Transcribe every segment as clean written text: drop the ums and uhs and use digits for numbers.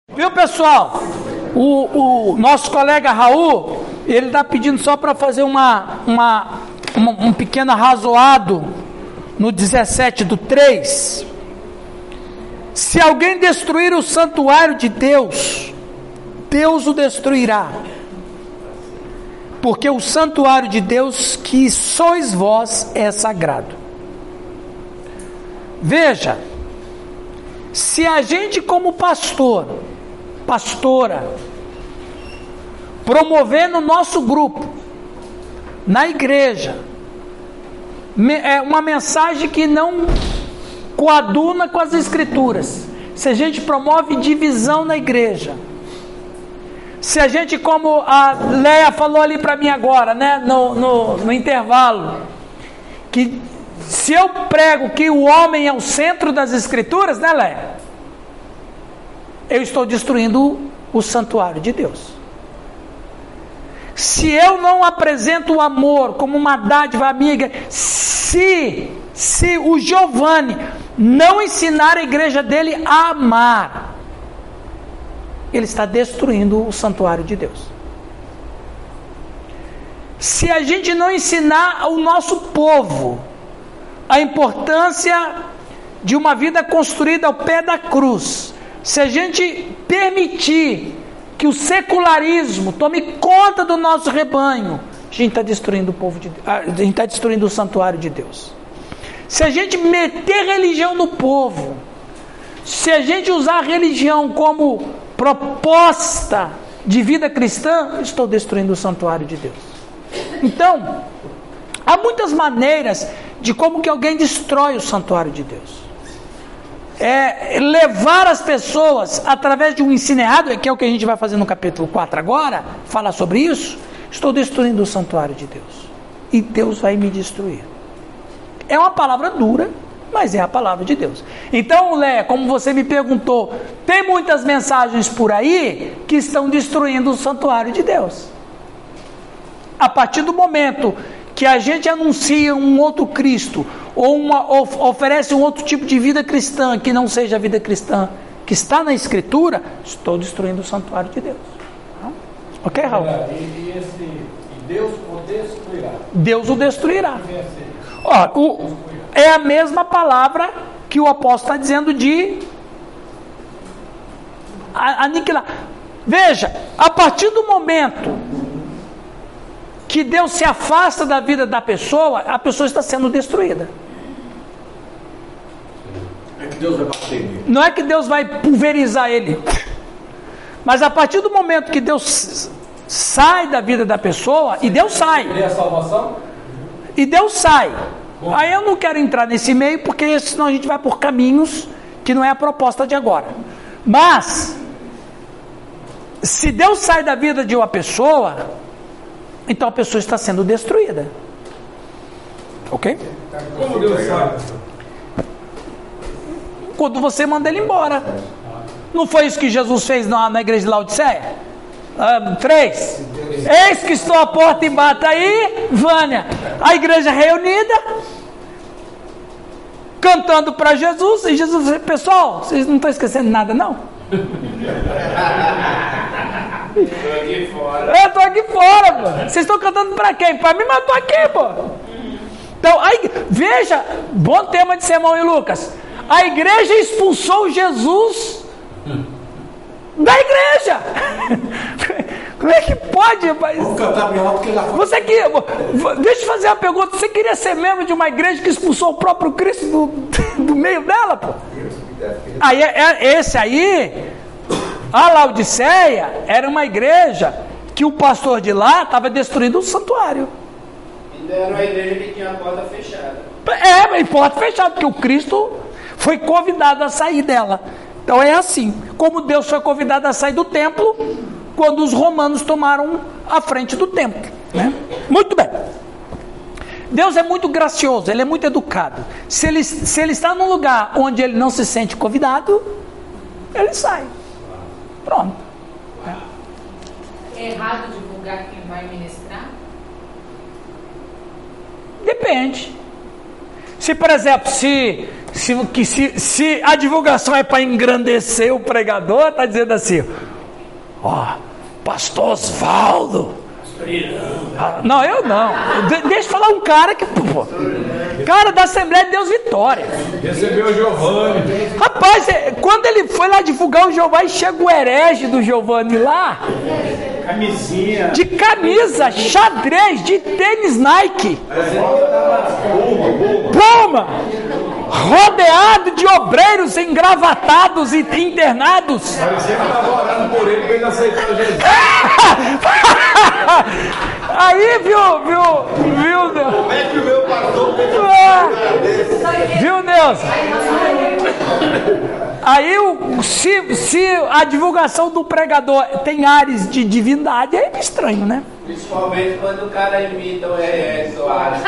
Viu, pessoal? O nosso colega Raul, ele está pedindo só para fazer um pequeno arrazoado no 17:3. Se alguém destruir o santuário de Deus, Deus o destruirá. Porque o santuário de Deus, que sois vós, é sagrado. Veja, se a gente como pastora, promovendo o nosso grupo, na igreja, é uma mensagem que não coaduna com as escrituras, se a gente promove divisão na igreja, se a gente, como a Leia falou ali para mim agora, né, no intervalo, que se eu prego que o homem é o centro das escrituras, né, Leia? Eu estou destruindo o santuário de Deus. Se eu não apresento o amor como uma dádiva amiga, se o Giovanni não ensinar a igreja dele a amar, ele está destruindo o santuário de Deus. Se a gente não ensinar ao nosso povo a importância de uma vida construída ao pé da cruz, se a gente permitir que o secularismo tome conta do nosso rebanho, a gente está destruindo o povo a gente está destruindo o santuário de Deus. Se a gente meter religião no povo, se a gente usar a religião como proposta de vida cristã, eu estou destruindo o santuário de Deus. Então, há muitas maneiras de como que alguém destrói o santuário de Deus. Levar as pessoas através de um ensino errado, que é o que a gente vai fazer no capítulo 4 agora, falar sobre isso. Estou destruindo o santuário de Deus, e Deus vai me destruir. É uma palavra dura, mas é a palavra de Deus. Então, Léa, como você me perguntou, tem muitas mensagens por aí que estão destruindo o santuário de Deus. A partir do momento que a gente anuncia um outro Cristo, ou oferece um outro tipo de vida cristã, que não seja a vida cristã que está na Escritura, estou destruindo o santuário de Deus. Ok, Raul? E Deus o destruirá. Deus o destruirá. É a mesma palavra que o apóstolo está dizendo de aniquilar. Veja, a partir do momento que Deus se afasta da vida da pessoa, a pessoa está sendo destruída. É que Deus vai bater nele. Não é que Deus vai pulverizar ele, mas a partir do momento que Deus sai da vida da pessoa, e Deus sai. E a salvação? E Deus sai. Aí eu não quero entrar nesse meio, porque senão a gente vai por caminhos que não é a proposta de agora. Mas, se Deus sai da vida de uma pessoa, então a pessoa está sendo destruída. Ok? Como Deus sabe? Quando você manda ele embora. Não foi isso que Jesus fez na igreja de Laodiceia? 3. Eis que estou à porta e bato. Aí, Vânia, a igreja reunida, cantando para Jesus, e Jesus disse: pessoal, vocês não estão esquecendo nada, não? Eu estou aqui fora, pô. Vocês estão cantando para quem? Para mim, mas eu estou aqui, pô. Então, aí, veja, bom tema de sermão em Lucas. A igreja expulsou Jesus da igreja. Como é que pode, rapaz? Vamos cantar melhor do que já foi. Você que, deixa eu fazer uma pergunta. Você queria ser membro de uma igreja que expulsou o próprio Cristo do meio dela, pô? Aí, esse aí, a Laodiceia, era uma igreja que o pastor de lá estava destruindo o santuário. Ainda era uma igreja que tinha a porta fechada. Mas porta fechada, porque o Cristo foi convidado a sair dela. Então é assim, como Deus foi convidado a sair do templo, quando os romanos tomaram a frente do templo, né? Muito bem. Deus é muito gracioso, Ele é muito educado. Se ele está num lugar onde Ele não se sente convidado, Ele sai. Pronto. É errado divulgar quem vai ministrar? Depende. Se, por exemplo, se Se a divulgação é para engrandecer o pregador, está dizendo assim, pastor Osvaldo. Não, eu não. Deixa eu falar um cara que... cara da Assembleia de Deus Vitória. Recebeu o Giovanni. Rapaz, quando ele foi lá divulgar o Giovanni, chega o herege do Giovanni lá. Camisinha. De camisa, xadrez, de tênis Nike. Puma. Rodeado de obreiros engravatados e internados. Parecia que estava orando por ele para ele aceitar Jesus. Aí, viu, Deus? Como é que o meu pastor Viu, Deus? Aí, se a divulgação do pregador tem ares de divindade, é estranho, né? Principalmente quando o cara imita o Soares.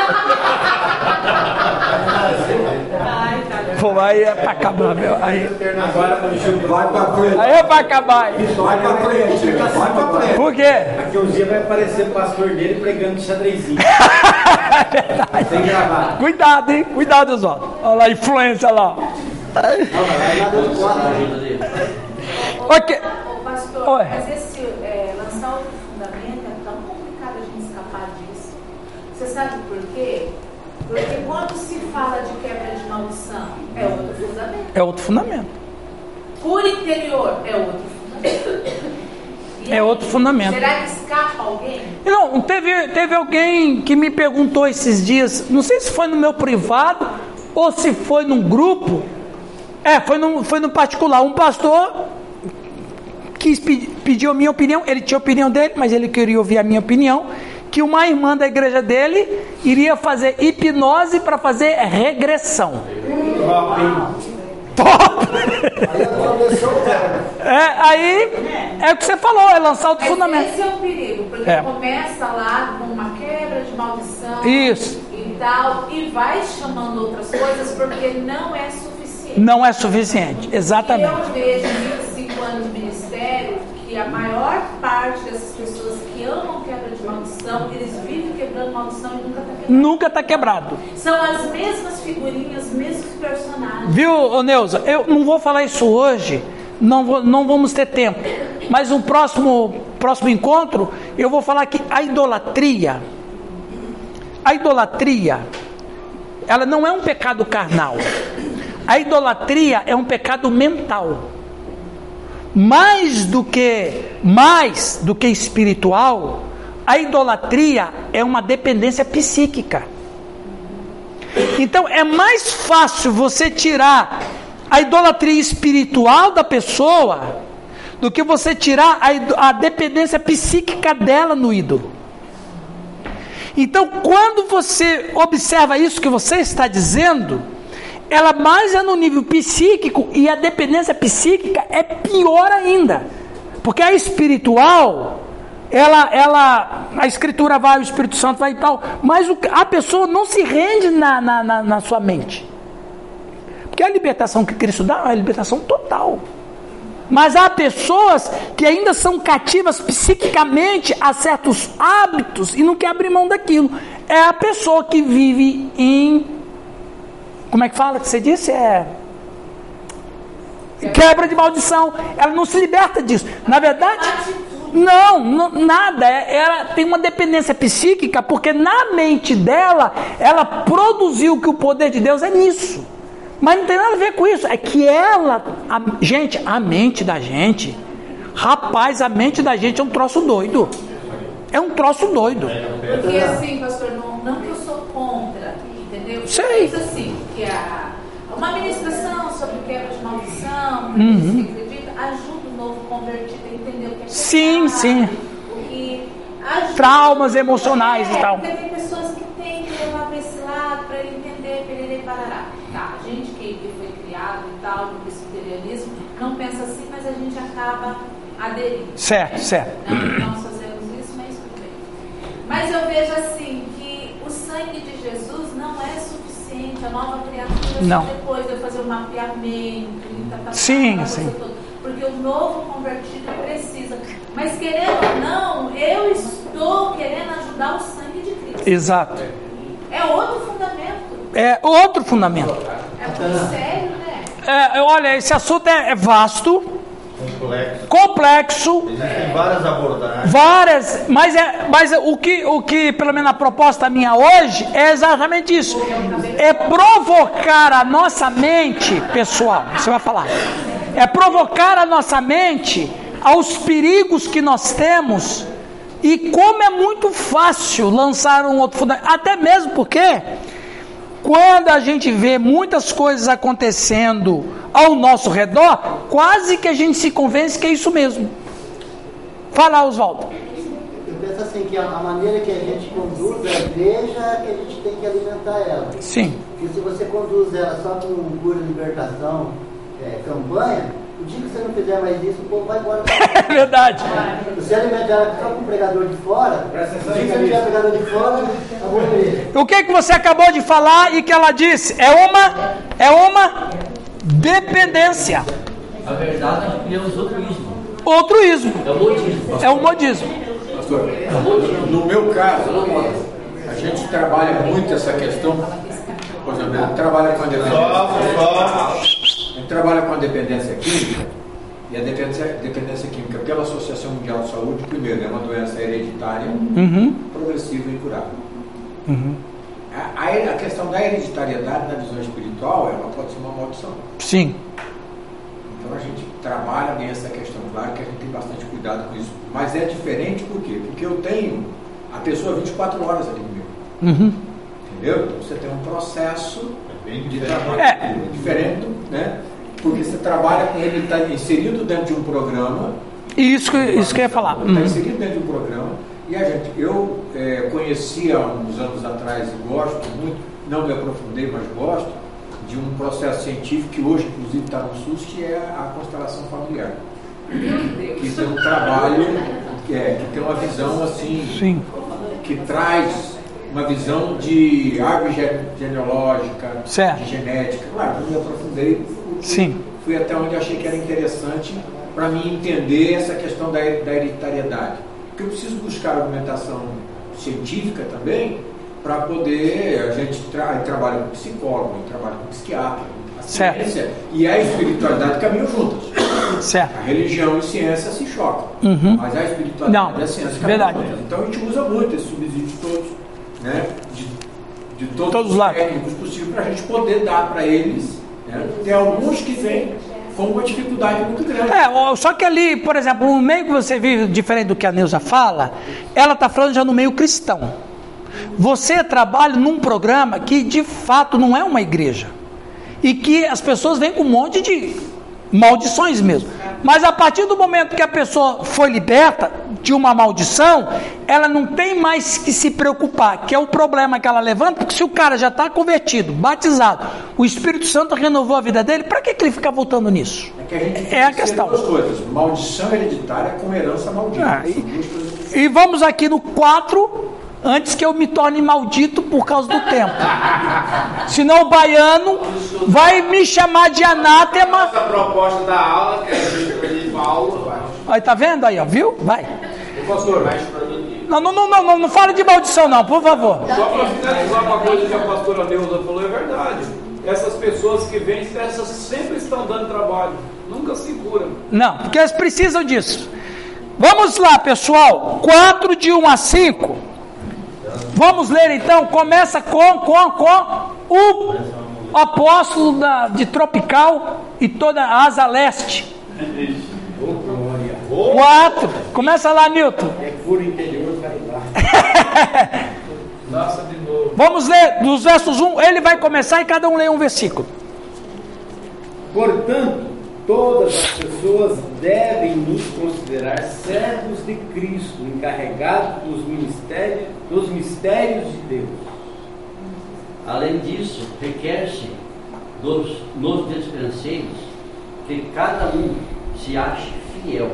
Pô, aí é pra acabar, meu. Aí vai para frente. é pra acabar. Vai para frente. Vai para frente. Por quê? Daqui uns dias vai aparecer o pastor dele pregando xadrezinho. Sem gravar. Cuidado, hein? Cuidado, Oswaldo. Olha lá a influência lá. Ok. Ô, pastor, Oi. mas esse lançar outro fundamento é tão complicado a gente escapar disso. Você sabe por quê? Porque quando se fala de quebra de maldição, é outro fundamento. É outro fundamento. Cura interior é outro fundamento. E É aí, outro fundamento. Será que escapa alguém? Não, teve alguém que me perguntou esses dias, não sei se foi no meu privado ou se foi num grupo. Foi no particular. Um pastor quis pedir a minha opinião, ele tinha a opinião dele, mas ele queria ouvir a minha opinião, que uma irmã da igreja dele iria fazer hipnose para fazer regressão. Top! Aí é o que você falou, é lançar outro Mas fundamento. esse é o perigo, porque começa lá com uma quebra de maldição. Isso. E tal, e vai chamando outras coisas porque não é suficiente. Não é suficiente, exatamente. Eu vejo em 25 anos de ministério que a maior parte dessas pessoas que amam quebra de maldição, eles vivem quebrando maldição e nunca está quebrado. Nunca está quebrado. São as mesmas figurinhas, mesmos personagens. Viu, ô Neuza? Eu não vou falar isso hoje, não vamos ter tempo. Mas no próximo encontro, eu vou falar que a idolatria, ela não é um pecado carnal. A idolatria é um pecado mental. Mais do que espiritual, a idolatria é uma dependência psíquica. Então é mais fácil você tirar a idolatria espiritual da pessoa do que você tirar a dependência psíquica dela no ídolo. Então quando você observa isso que você está dizendo, ela mais é no nível psíquico, e a dependência psíquica é pior ainda, porque a espiritual, a escritura vai, o Espírito Santo vai e tal, mas a pessoa não se rende na sua mente, porque a libertação que Cristo dá é uma libertação total. Mas há pessoas que ainda são cativas psiquicamente a certos hábitos e não quer abrir mão daquilo. É a pessoa que vive em... Como é que fala que você disse? Quebra de maldição. Ela não se liberta disso. Na verdade, nada. Ela tem uma dependência psíquica, porque na mente dela, ela produziu que o poder de Deus é nisso. Mas não tem nada a ver com isso. É que a mente da gente, rapaz, a mente da gente é um troço doido. É um troço doido. Porque assim, pastor, não que eu sou contra, entendeu? Sei. Mas assim, que uma ministração sobre quebra de maldição, você acredita, ajuda o novo convertido a entender o que é pecado. Sim. O que ajuda, traumas emocionais e tal. Porque tem pessoas que têm que levar para esse lado, para ele entender, para ele parará. Tá, a gente que foi criado e tal, no presbiterianismo, não pensa assim, mas a gente acaba aderindo. Certo. Nós fazemos isso, mas tudo bem. Mas eu vejo assim, que o sangue de Jesus não é suficiente, a nova criatura Não. só depois de eu fazer o mapeamento, Sim. porque o novo convertido precisa. Mas querendo ou não, eu estou querendo ajudar o sangue de Cristo. Exato. É outro fundamento. É outro fundamento. assunto sério, né? Olha, esse assunto é vasto, complexo. Existem várias abordagens. Mas o que, pelo menos a proposta minha hoje, é exatamente isso. É provocar a nossa mente, pessoal, você vai falar. É provocar a nossa mente aos perigos que nós temos. E como é muito fácil lançar um outro fundamento, até mesmo porque quando a gente vê muitas coisas acontecendo ao nosso redor, quase que a gente se convence que é isso mesmo. Fala, Oswaldo. Eu penso assim, que a maneira que a gente conduz a igreja é que a gente tem que alimentar ela. Sim. Porque se você conduz ela só com cura, libertação, campanha, o dia que você não fizer mais isso, o povo vai embora. É verdade. Você alimenta ela só com o pregador de fora, o dia que você não tiver pregador de fora, acabou a igreja. O que você acabou de falar e que ela disse? É uma dependência. A verdade é o altruísmo. Altruísmo. É o modismo. É o modismo. Pastor, no meu caso, a gente trabalha muito essa questão. Por exemplo, a gente trabalha com a dependência química. E a dependência química, pela Associação Mundial de Saúde, primeiro, é uma doença hereditária, progressiva e incurável. A questão da hereditariedade na visão espiritual, ela pode ser uma maldição. Sim. Então a gente trabalha bem essa questão, claro que a gente tem bastante cuidado com isso. Mas é diferente por quê? Porque eu tenho a pessoa 24 horas ali comigo. Entendeu? Então você tem um processo de trabalho diferente, né? Porque você trabalha com ele, está inserido dentro de um programa. Isso que eu ia falar. Está inserido dentro de um programa. E eu conheci há uns anos atrás e gosto muito, não me aprofundei, mas gosto, de um processo científico que hoje, inclusive, está no SUS, que é a constelação familiar. Que tem um trabalho, que tem uma visão assim, Sim. que traz uma visão de árvore genealógica, certo. De genética. Claro, não me aprofundei. Sim. Fui até onde achei que era interessante para mim entender essa questão da hereditariedade. Porque eu preciso buscar argumentação científica também para poder, a gente trabalha com psicólogo, trabalha com psiquiatra, a ciência e a espiritualidade caminham juntas. Certo. A religião e ciência se chocam, mas a espiritualidade e a ciência caminham juntas. Então a gente usa muito esses subsídios todos, né, de todos os técnicos possíveis para a gente poder dar para eles, né. Tem alguns que vêm com uma dificuldade muito grande. Só que ali, por exemplo, no meio que você vive, diferente do que a Neuza fala, ela está falando já no meio cristão. Você trabalha num programa que de fato não é uma igreja. E que as pessoas vêm com um monte de maldições mesmo. Mas a partir do momento que a pessoa foi liberta de uma maldição, ela não tem mais que se preocupar, que é o problema que ela levanta, porque se o cara já está convertido, batizado, o Espírito Santo renovou a vida dele, para que ele fica voltando nisso? Que a gente é a questão. Duas coisas, maldição hereditária com herança maldita. E vamos aqui no 4, antes que eu me torne maldito por causa do tempo. Senão o baiano vai me chamar de anátema. Essa proposta da aula, que é de Paulo, aí tá vendo aí, ó, viu? Vai. Pastor, não fala de maldição não, por favor. Só para finalizar uma coisa que a pastora Neuza falou, é verdade. Essas pessoas que vêm, essas sempre estão dando trabalho, nunca se curam. Não, porque elas precisam disso. Vamos lá, pessoal, 4 de 1 a 5. Vamos ler então, começa com o apóstolo de Tropical e toda a Asa Leste. 4, começa lá, Nilton. É puro interior, vai lá. Nasça de novo. Vamos ler dos versos 1, ele vai começar e cada um lê um versículo. Portanto, todas as pessoas devem nos considerar servos de Cristo, encarregados dos mistérios de Deus. Além disso, requer-se nos despenseiros que cada um se ache fiel.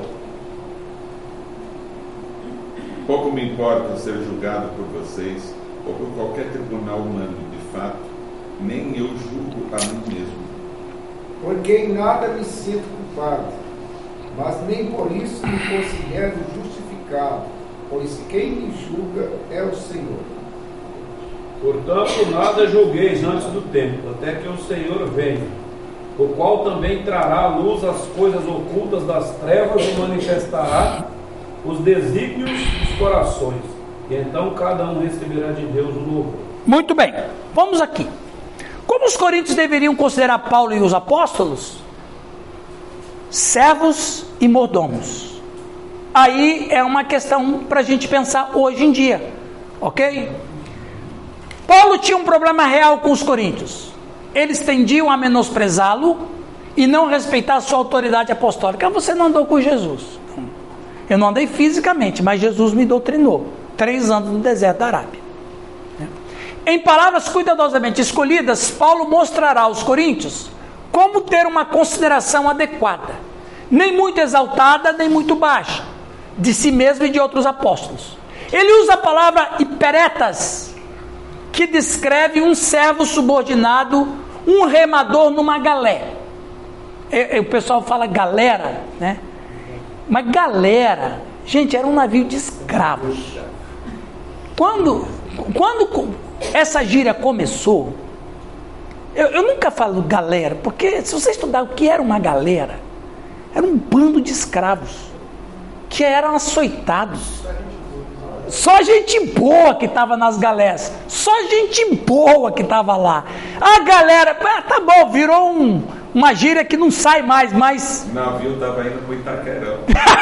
Pouco me importa ser julgado por vocês ou por qualquer tribunal humano, de fato, nem eu julgo a mim mesmo. Porque em nada me sinto culpado, mas nem por isso me considero justificado, pois quem me julga é o Senhor. Portanto, nada julgueis antes do tempo, até que o Senhor venha, o qual também trará à luz as coisas ocultas das trevas e manifestará os desígnios dos corações. E então cada um receberá de Deus o louvor. Muito bem, vamos aqui. Como os coríntios deveriam considerar Paulo e os apóstolos? Servos e mordomos. Aí é uma questão para a gente pensar hoje em dia, ok? Paulo tinha um problema real com os coríntios. Eles tendiam a menosprezá-lo e não respeitar a sua autoridade apostólica. Você não andou com Jesus. Eu não andei fisicamente, mas Jesus me doutrinou. 3 anos no deserto da Arábia. Em palavras cuidadosamente escolhidas, Paulo mostrará aos coríntios como ter uma consideração adequada, nem muito exaltada, nem muito baixa, de si mesmo e de outros apóstolos. Ele usa a palavra hiperetas, que descreve um servo subordinado, um remador numa galé. O pessoal fala galera, né? Mas galera, gente, era um navio de escravos. Quando essa gíria começou, eu nunca falo galera, porque se você estudar o que era uma galera, era um bando de escravos que eram açoitados. Só gente boa que estava nas galeras, só gente boa que estava lá. A galera, tá bom, virou uma gíria que não sai mais, mas... O navio estava indo para o Itaquerão.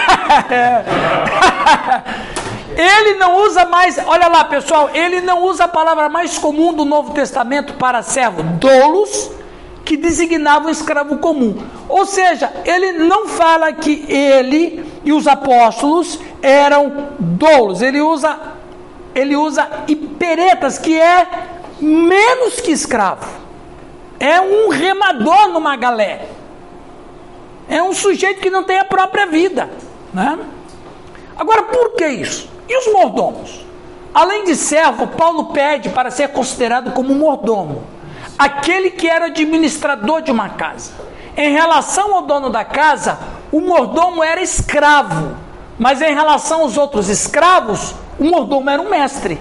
Ele não usa mais, olha lá pessoal, ele não usa a palavra mais comum do Novo Testamento para servo, doulos, que designava um escravo comum. Ou seja, ele não fala que ele e os apóstolos eram doulos, ele usa hiperetas, que é menos que escravo, é um remador numa galé, é um sujeito que não tem a própria vida, né? Agora, por que isso? E os mordomos? Além de servo, Paulo pede para ser considerado como mordomo, aquele que era administrador de uma casa. Em relação ao dono da casa, o mordomo era escravo, mas em relação aos outros escravos, o mordomo era um mestre.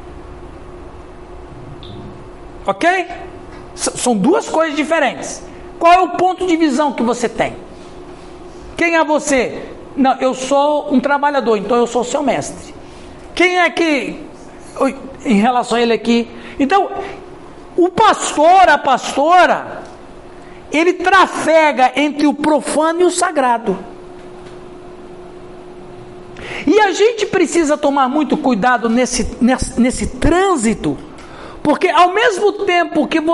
Ok? São duas coisas diferentes. Qual é o ponto de visão que você tem? Quem é você? Não, eu sou um trabalhador, então eu sou seu mestre. Quem é que, em relação a ele aqui? Então, o pastor, a pastora, ele trafega entre o profano e o sagrado. E a gente precisa tomar muito cuidado nesse trânsito, porque ao mesmo tempo que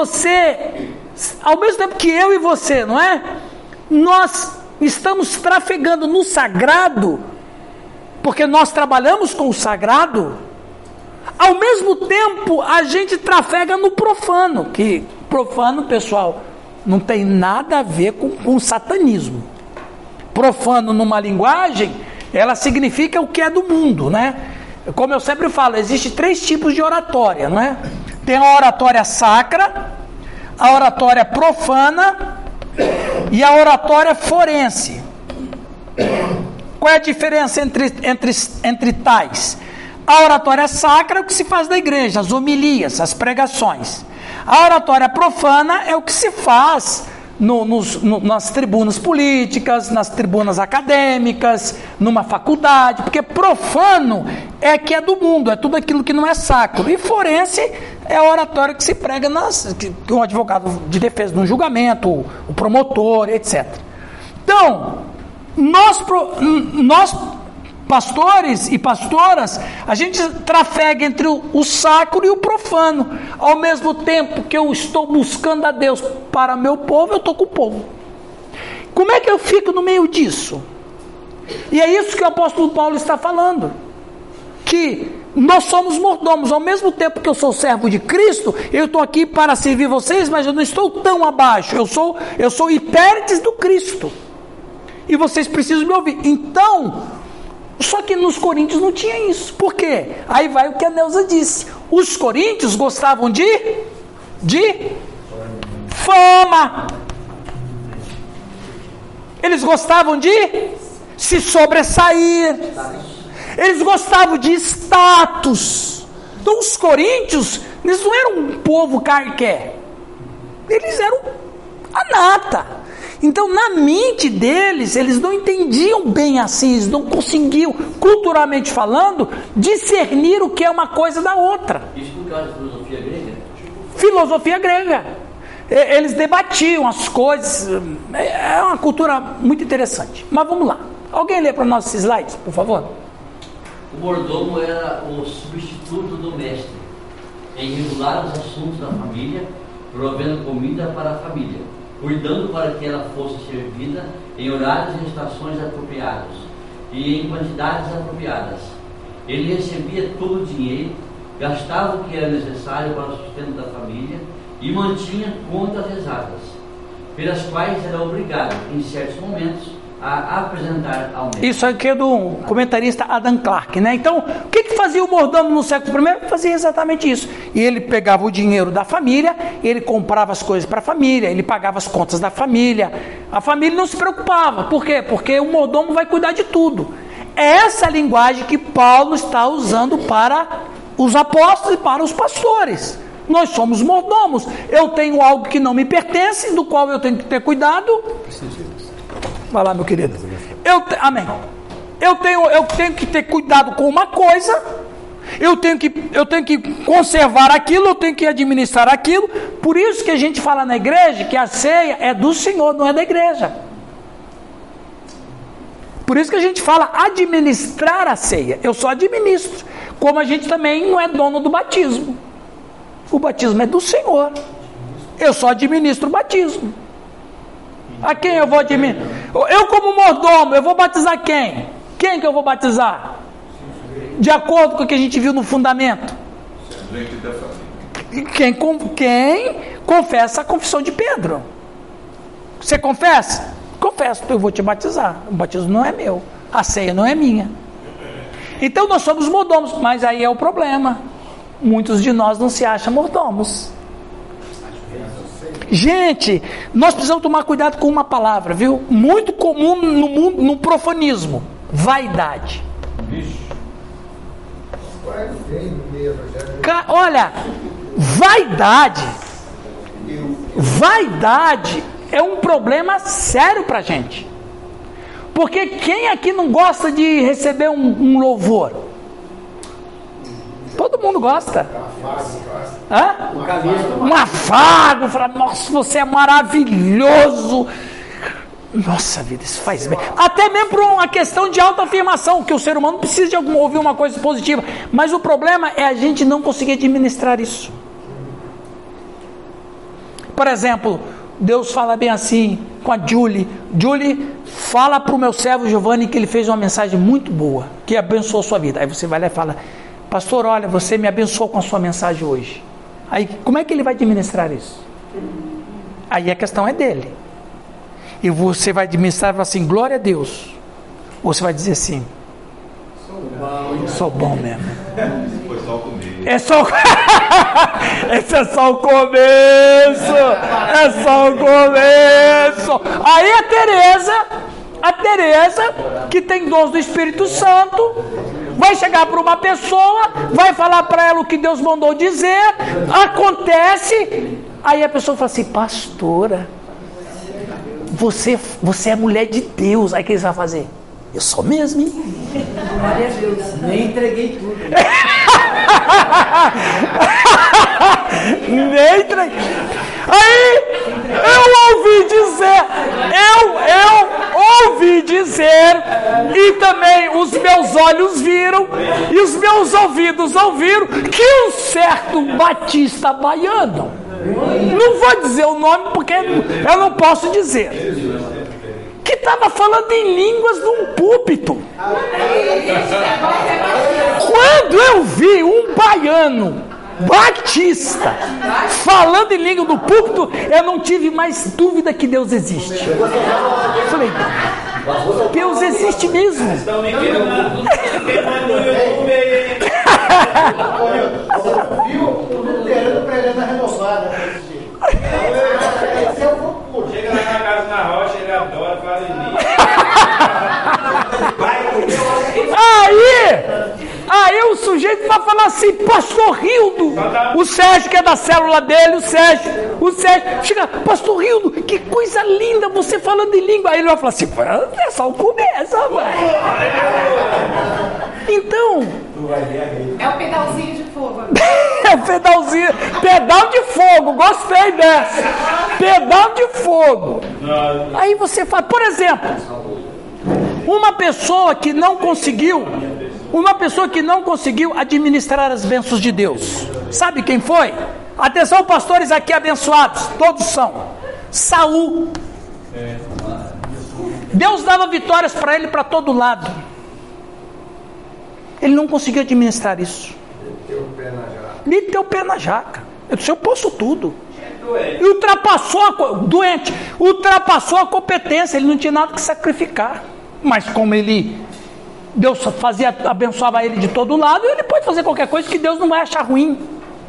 eu e você, não é? Nós estamos trafegando no sagrado, porque nós trabalhamos com o sagrado. Ao mesmo tempo, a gente trafega no profano, que profano, pessoal, não tem nada a ver com satanismo. Profano numa linguagem, ela significa o que é do mundo, né? Como eu sempre falo, existe 3 tipos de oratória, não é? Tem a oratória sacra, a oratória profana e a oratória forense. Qual é a diferença entre tais? A oratória sacra é o que se faz na igreja, as homilias, as pregações. A oratória profana é o que se faz nas tribunas políticas, nas tribunas acadêmicas, numa faculdade, porque profano é que é do mundo, é tudo aquilo que não é sacro. E forense é a oratória que se prega que o advogado de defesa num julgamento, o promotor, etc. Então, nós pastores e pastoras, a gente trafega entre o sacro e o profano. Ao mesmo tempo que eu estou buscando a Deus para meu povo, eu estou com o povo. Como é que eu fico no meio disso? E é isso que o apóstolo Paulo está falando, que nós somos mordomos. Ao mesmo tempo que eu sou servo de Cristo, eu estou aqui para servir vocês, mas eu não estou tão abaixo, eu sou hipéretes do Cristo, e vocês precisam me ouvir. Então, só que nos coríntios não tinha isso. Por quê? Aí vai o que a Neuza disse. Os coríntios gostavam de fama. Eles gostavam de se sobressair. Eles gostavam de status. Então os coríntios Eles não eram um povo carqué. Eles eram a nata. Então, na mente deles, eles não entendiam bem assim, eles não conseguiam, culturalmente falando, discernir o que é uma coisa da outra. Isso por causa da filosofia grega? Filosofia grega. Eles debatiam as coisas. É uma cultura muito interessante. Mas vamos lá. Alguém lê para nós esses slides, por favor? O mordomo era o substituto do mestre em regular os assuntos da família, provendo comida para a família, cuidando para que ela fosse servida em horários e estações apropriados e em quantidades apropriadas. Ele recebia todo o dinheiro, gastava o que era necessário para o sustento da família e mantinha contas exatas, pelas quais era obrigado, em certos momentos, a apresentar ao mestre. Isso aqui é do comentarista Adam Clarke, né? Então, o que fazia o mordomo no século I? Fazia exatamente isso. E ele pegava o dinheiro da família, ele comprava as coisas para a família, ele pagava as contas da família. A família não se preocupava. Por quê? Porque o mordomo vai cuidar de tudo. É essa linguagem que Paulo está usando para os apóstolos e para os pastores. Nós somos mordomos. Eu tenho algo que não me pertence, do qual eu tenho que ter cuidado. Vai lá, meu querido. Amém. Eu tenho que ter cuidado com uma coisa. Eu tenho que conservar aquilo. Eu tenho que administrar aquilo. Por isso que a gente fala na igreja que a ceia é do Senhor, não é da igreja. Por isso que a gente fala administrar a ceia. Eu só administro. Como a gente também não é dono do batismo. O batismo é do Senhor. Eu só administro o batismo. A quem eu vou administrar? Eu como mordomo, eu vou batizar quem? Quem que eu vou batizar? De acordo com o que a gente viu no fundamento. Quem confessa a confissão de Pedro. Você confessa? Confesso, eu vou te batizar. O batismo não é meu. A ceia não é minha. Então nós somos mordomos, mas aí é o problema. Muitos de nós não se acham mordomos. Gente, nós precisamos tomar cuidado com uma palavra, viu? Muito comum no mundo, no profanismo: vaidade. Olha, vaidade é um problema sério pra gente. Porque quem aqui não gosta de receber um louvor? Todo mundo gosta. Hã? Um afago, falar, nossa, você é maravilhoso. Nossa vida, isso faz bem. Até mesmo por uma questão de autoafirmação, que o ser humano precisa de ouvir uma coisa positiva. Mas o problema é a gente não conseguir administrar isso. Por exemplo, Deus fala bem assim com a Julie. Julie, fala para o meu servo Giovanni que ele fez uma mensagem muito boa, que abençoou a sua vida. Aí você vai lá e fala: pastor, olha, você me abençoou com a sua mensagem hoje. Aí, como é que ele vai administrar isso? Aí a questão é dele. E você vai administrar e falar assim: glória a Deus. Ou você vai dizer assim: sou bom mesmo. Foi só o começo. Esse é só o começo. É só o começo. Aí a Teresa, que tem dons do Espírito Santo, vai chegar para uma pessoa, vai falar para ela o que Deus mandou dizer, acontece, aí a pessoa fala assim: pastora, você é mulher de Deus. Aí o que eles vão fazer? Eu sou mesmo, hein? Glória a Deus, nem entreguei tudo. Nem entreguei. Aí eu ouvi dizer, e também os meus olhos viram, e os meus ouvidos ouviram, que um certo batista baiano, não vou dizer o nome porque eu não posso dizer, que estava falando em línguas num púlpito. Quando eu vi um baiano batista falando em língua no púlpito, eu não tive mais dúvida que Deus existe. Falei, Deus existe mesmo. Estão me querendo no YouTube aí. Você não viu o luterano pregando a renovada? Esse é o concurso. Chega lá na casa na rocha, ele adora, fala em língua. Aí o sujeito gente vai falar assim, pastor Rildo, o Sérgio que é da célula dele, o Sérgio, chega, pastor Rildo, que coisa linda você falando em língua. Aí ele vai falar assim, é só o começo, rapaz. Então, é o pedalzinho de fogo. É o pedalzinho, pedal de fogo, gostei dessa. Pedal de fogo. Aí você fala, por exemplo, uma pessoa que não conseguiu administrar as bênçãos de Deus. Sabe quem foi? Atenção, pastores aqui abençoados, todos são. Saul. Deus dava vitórias para ele para todo lado. Ele não conseguiu administrar isso. Meteu o pé na jaca. Eu disse, eu posso tudo. E ultrapassou a competência. Ele não tinha nada que sacrificar. Mas como Deus abençoava ele de todo lado, ele pode fazer qualquer coisa que Deus não vai achar ruim.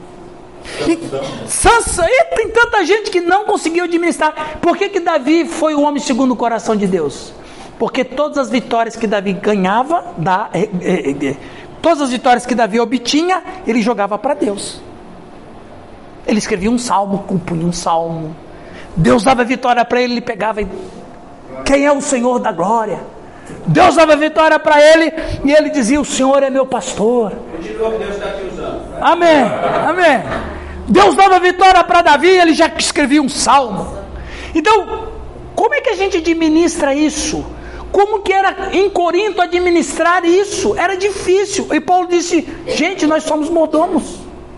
Tem tanta gente que não conseguiu administrar. Por que Davi foi o homem segundo o coração de Deus? Porque todas as vitórias que Davi ganhava, todas as vitórias que Davi obtinha, ele jogava para Deus. Ele escrevia um salmo, compunha um salmo. Deus dava vitória para ele, ele pegava e... Quem é o Senhor da glória? Deus dava vitória para ele e ele dizia, o Senhor é meu pastor. Continua que Deus está te usando. Amém, amém. Deus dava vitória para Davi, ele já escrevia um salmo. Então, como é que a gente administra isso? Como que era em Corinto administrar isso? Era difícil. E Paulo disse, gente, nós somos mordomos.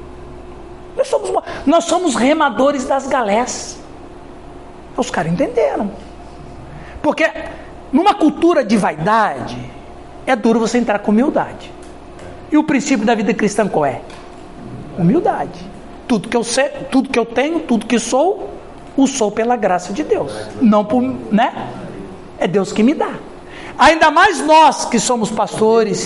Nós somos remadores das galés. Os caras entenderam. Porque numa cultura de vaidade, é duro você entrar com humildade. E o princípio da vida cristã qual é? Humildade. Tudo que eu sei, tudo que eu tenho, tudo que sou, o sou pela graça de Deus. Não por, né? É Deus que me dá. Ainda mais nós que somos pastores,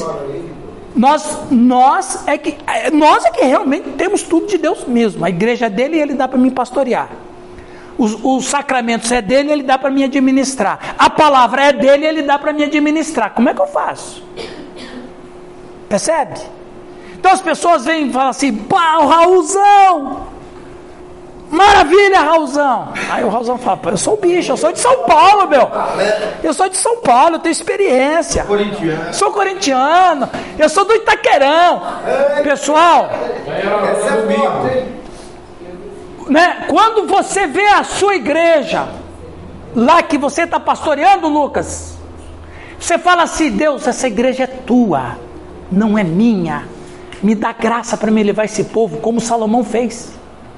nós é que realmente temos tudo de Deus mesmo. A igreja é dele e ele dá para mim pastorear. Os sacramentos é dele e ele dá para mim administrar. A palavra é dele e ele dá para mim administrar. Como é que eu faço? Percebe? Então as pessoas vêm e falam assim, pá, o Raulzão, maravilha, Raulzão. Aí o Raulzão fala, eu sou o bicho, eu sou de São Paulo, meu. Eu sou de São Paulo, eu tenho experiência. Sou corintiano, eu sou do Itaquerão. Pessoal, né? Quando você vê a sua igreja, lá que você está pastoreando, Lucas, você fala assim, Deus, essa igreja é tua, não é minha. Me dá graça para me levar esse povo, como Salomão fez.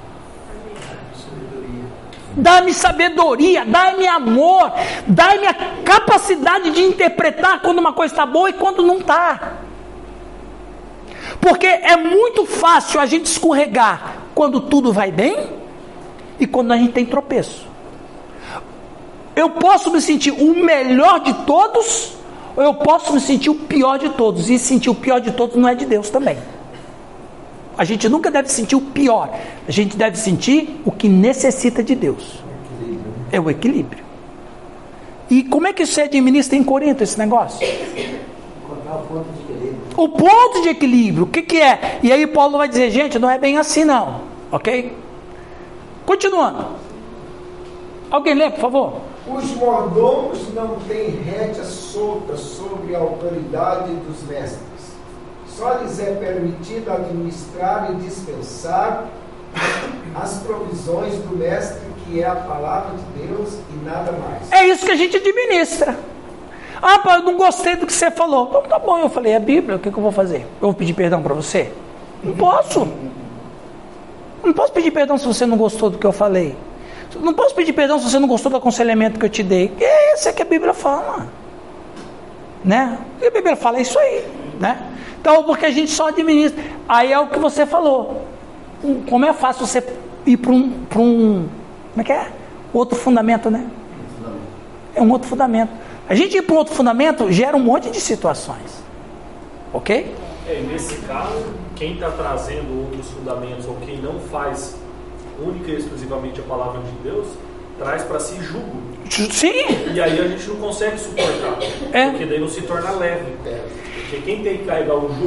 Dá-me sabedoria, dá-me amor, dá-me a capacidade de interpretar quando uma coisa está boa e quando não está. Porque é muito fácil a gente escorregar quando tudo vai bem e quando a gente tem tropeço. Eu posso me sentir o melhor de todos, ou eu posso me sentir o pior de todos. E sentir o pior de todos não é de Deus também. A gente nunca deve sentir o pior. A gente deve sentir o que necessita de Deus. É o equilíbrio. E como é que você administra em Corinto esse negócio? Encontrar o ponto de equilíbrio. O ponto de equilíbrio, o que é? E aí Paulo vai dizer, gente, não é bem assim não. Ok? Continuando. Alguém lê, por favor? Os mordomos não têm rédea solta sobre a autoridade dos mestres. Só lhes é permitido administrar e dispensar as provisões do mestre, que é a palavra de Deus e nada mais. É isso que a gente administra. Ah, pai, eu não gostei do que você falou. Então tá bom, eu falei, é a Bíblia, o que eu vou fazer? Eu vou pedir perdão para você? Não posso. Não posso pedir perdão se você não gostou do que eu falei. Não posso pedir perdão se você não gostou do aconselhamento que eu te dei. É isso que a Bíblia fala. Né? O que a Bíblia fala é isso aí. Né? Então, porque a gente só administra. Aí é o que você falou. Como é fácil você ir para um. Como é que é? Outro fundamento, né? É um outro fundamento. A gente ir para um outro fundamento gera um monte de situações. Ok? Nesse caso, quem está trazendo outros fundamentos ou quem não faz única e exclusivamente a palavra de Deus, traz para si jugo. Sim. E aí a gente não consegue suportar. Porque daí não se torna leve. Porque quem tem que carregar o jugo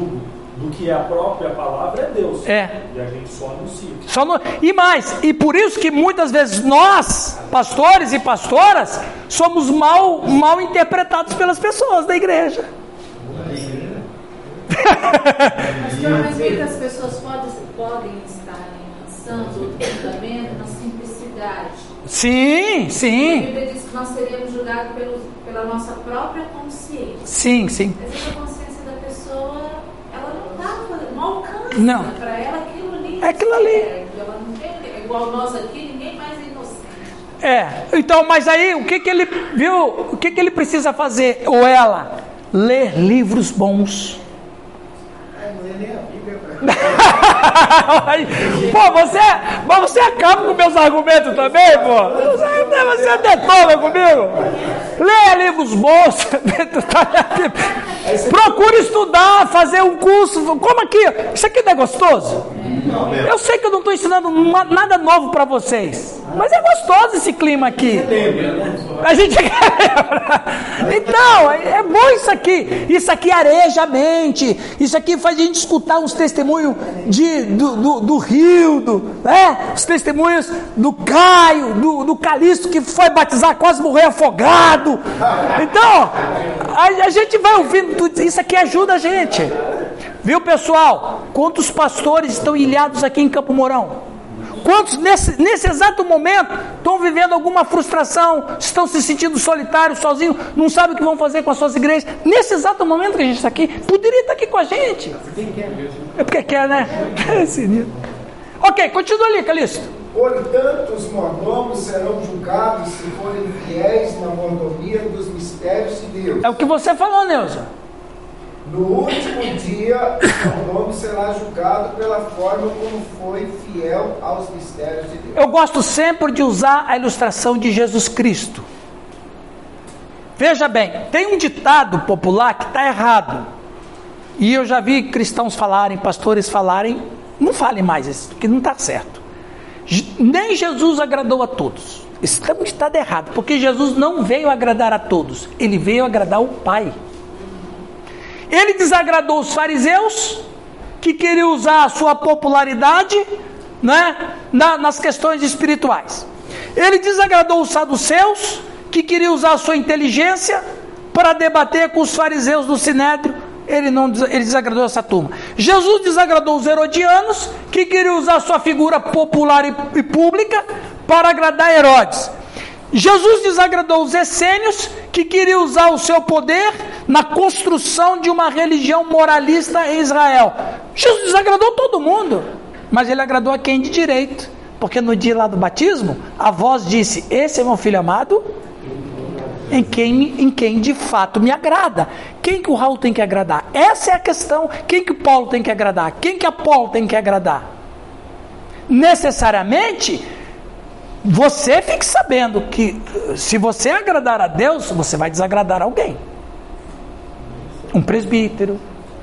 do que é a própria palavra é Deus. É. E a gente só anuncia. E mais, e por isso que muitas vezes nós, pastores e pastoras, somos mal interpretados pelas pessoas da igreja. Mas muitas pessoas podem estar lançando o fundamento na simplicidade. Sim, sim. A Bíblia diz que nós seríamos julgados pela nossa própria consciência. Sim, sim. Às vezes a consciência da pessoa, ela não alcança. Não. Para ela aquilo ali. É aquilo ali. Ela não tem, é igual nós aqui, ninguém mais é inocente. Então, mas aí o que ele viu? O que ele precisa fazer? Ou ela? Ler livros bons. Não é nem a Bíblia. Pô, você acaba com meus argumentos também, pô? Você detona comigo? Leia livros bons. Procure estudar, fazer um curso. Como aqui? Isso aqui não é gostoso? Eu sei que eu não estou ensinando nada novo para vocês, mas é gostoso esse clima aqui. A gente então, é bom isso aqui. Isso aqui areja a mente. Isso aqui faz a gente escutar uns testemunhos do Rildo, né? Os testemunhos do Caio, do Calixto, que foi batizar, quase morreu afogado. Então, a gente vai ouvindo tudo. Isso aqui ajuda a gente. Viu, pessoal? Quantos pastores estão ilhados aqui em Campo Mourão? Quantos nesse exato momento estão vivendo alguma frustração, estão se sentindo solitários, sozinhos, não sabem o que vão fazer com as suas igrejas? Nesse exato momento que a gente está aqui, poderia estar aqui com a gente. É porque quer, né? Ok, continua ali, Calixto. Portanto, os mordomos serão julgados se forem fiéis na mordomia dos mistérios de Deus. É o que você falou, Neuza. No último dia, o mordomo será julgado pela forma como foi fiel aos mistérios de Deus. Eu gosto sempre de usar a ilustração de Jesus Cristo. Veja bem, tem um ditado popular que está errado. E eu já vi cristãos falarem, pastores falarem, não falem mais isso, porque não está certo. Nem Jesus agradou a todos. Isso está um ditado errado, porque Jesus não veio agradar a todos, ele veio agradar o Pai. Ele desagradou os fariseus, que queriam usar a sua popularidade, né, nas questões espirituais. Ele desagradou os saduceus, que queriam usar a sua inteligência para debater com os fariseus do Sinédrio. Ele desagradou essa turma. Jesus desagradou os herodianos, que queriam usar a sua figura popular e pública para agradar Herodes. Jesus desagradou os essênios, que queriam usar o seu poder na construção de uma religião moralista em Israel. Jesus desagradou todo mundo, mas ele agradou a quem de direito, porque no dia lá do batismo, a voz disse: esse é meu filho amado, em quem de fato me agrada. Quem que o Raul tem que agradar? Essa é a questão. Quem que o Paulo tem que agradar? Quem que Apolo tem que agradar? Necessariamente, você fique sabendo que se você agradar a Deus, você vai desagradar alguém. Um presbítero,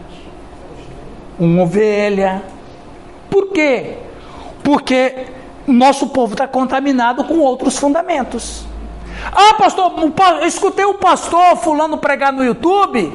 uma ovelha. Por quê? Porque nosso povo está contaminado com outros fundamentos. Ah, pastor, eu escutei o pastor fulano pregar no YouTube,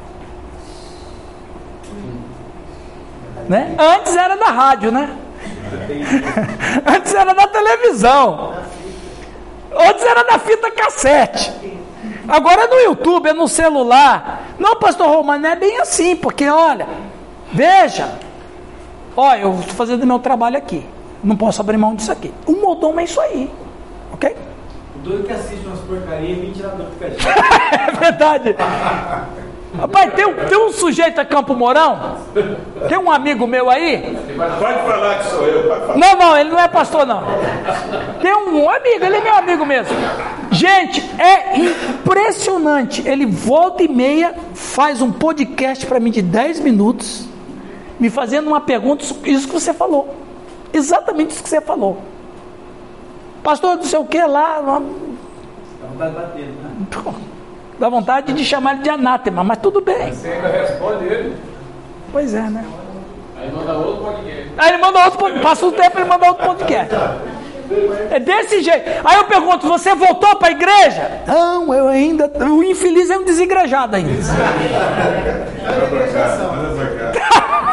né? Antes era da rádio, né? Antes era da televisão, antes era da fita cassete, agora é no YouTube, é no celular. Não, pastor Romano, não é bem assim, porque olha, veja, olha, eu estou fazendo meu trabalho aqui, não posso abrir mão disso aqui. O mordomo é isso aí, ok? O doido que assiste umas porcarias e ventilador que fecha. É verdade. Rapaz, tem um sujeito a Campo Mourão, tem um amigo meu aí. Pode falar que sou eu, pode falar. Não, ele não é pastor, não. Tem um amigo, ele é meu amigo mesmo. Gente, é impressionante. Ele volta e meia faz um podcast para mim de 10 minutos, me fazendo uma pergunta, isso que você falou. Exatamente isso que você falou. Pastor, não sei o que lá. Dá vontade de bater, né? Dá vontade de chamar ele de anátema, mas tudo bem. Você ainda responde ele. Pois é, né? Aí manda outro podcast. Aí ele manda outro podcast. Passa o tempo e ele manda outro podcast. É desse jeito. Aí eu pergunto: você voltou para a igreja? Não, eu ainda. O infeliz é um desigrejado ainda. Manda pra cá.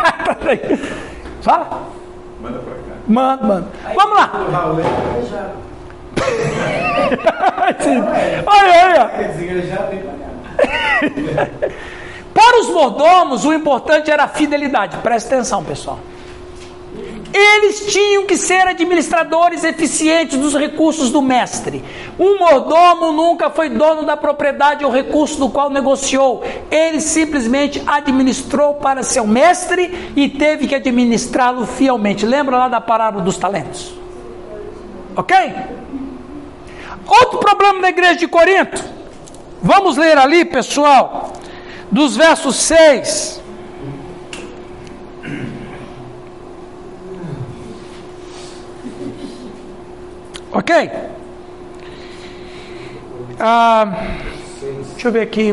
Fala. Manda pra cá. Manda. Vamos lá. Olha. Para os mordomos, o importante era a fidelidade. Presta atenção, pessoal. Eles tinham que ser administradores eficientes dos recursos do mestre. Um mordomo nunca foi dono da propriedade ou recurso do qual negociou. Ele simplesmente administrou para seu mestre e teve que administrá-lo fielmente. Lembra lá da parábola dos talentos? Ok? Outro problema da igreja de Corinto. Vamos ler ali, pessoal, dos versos 6... Ok? Deixa eu ver aqui.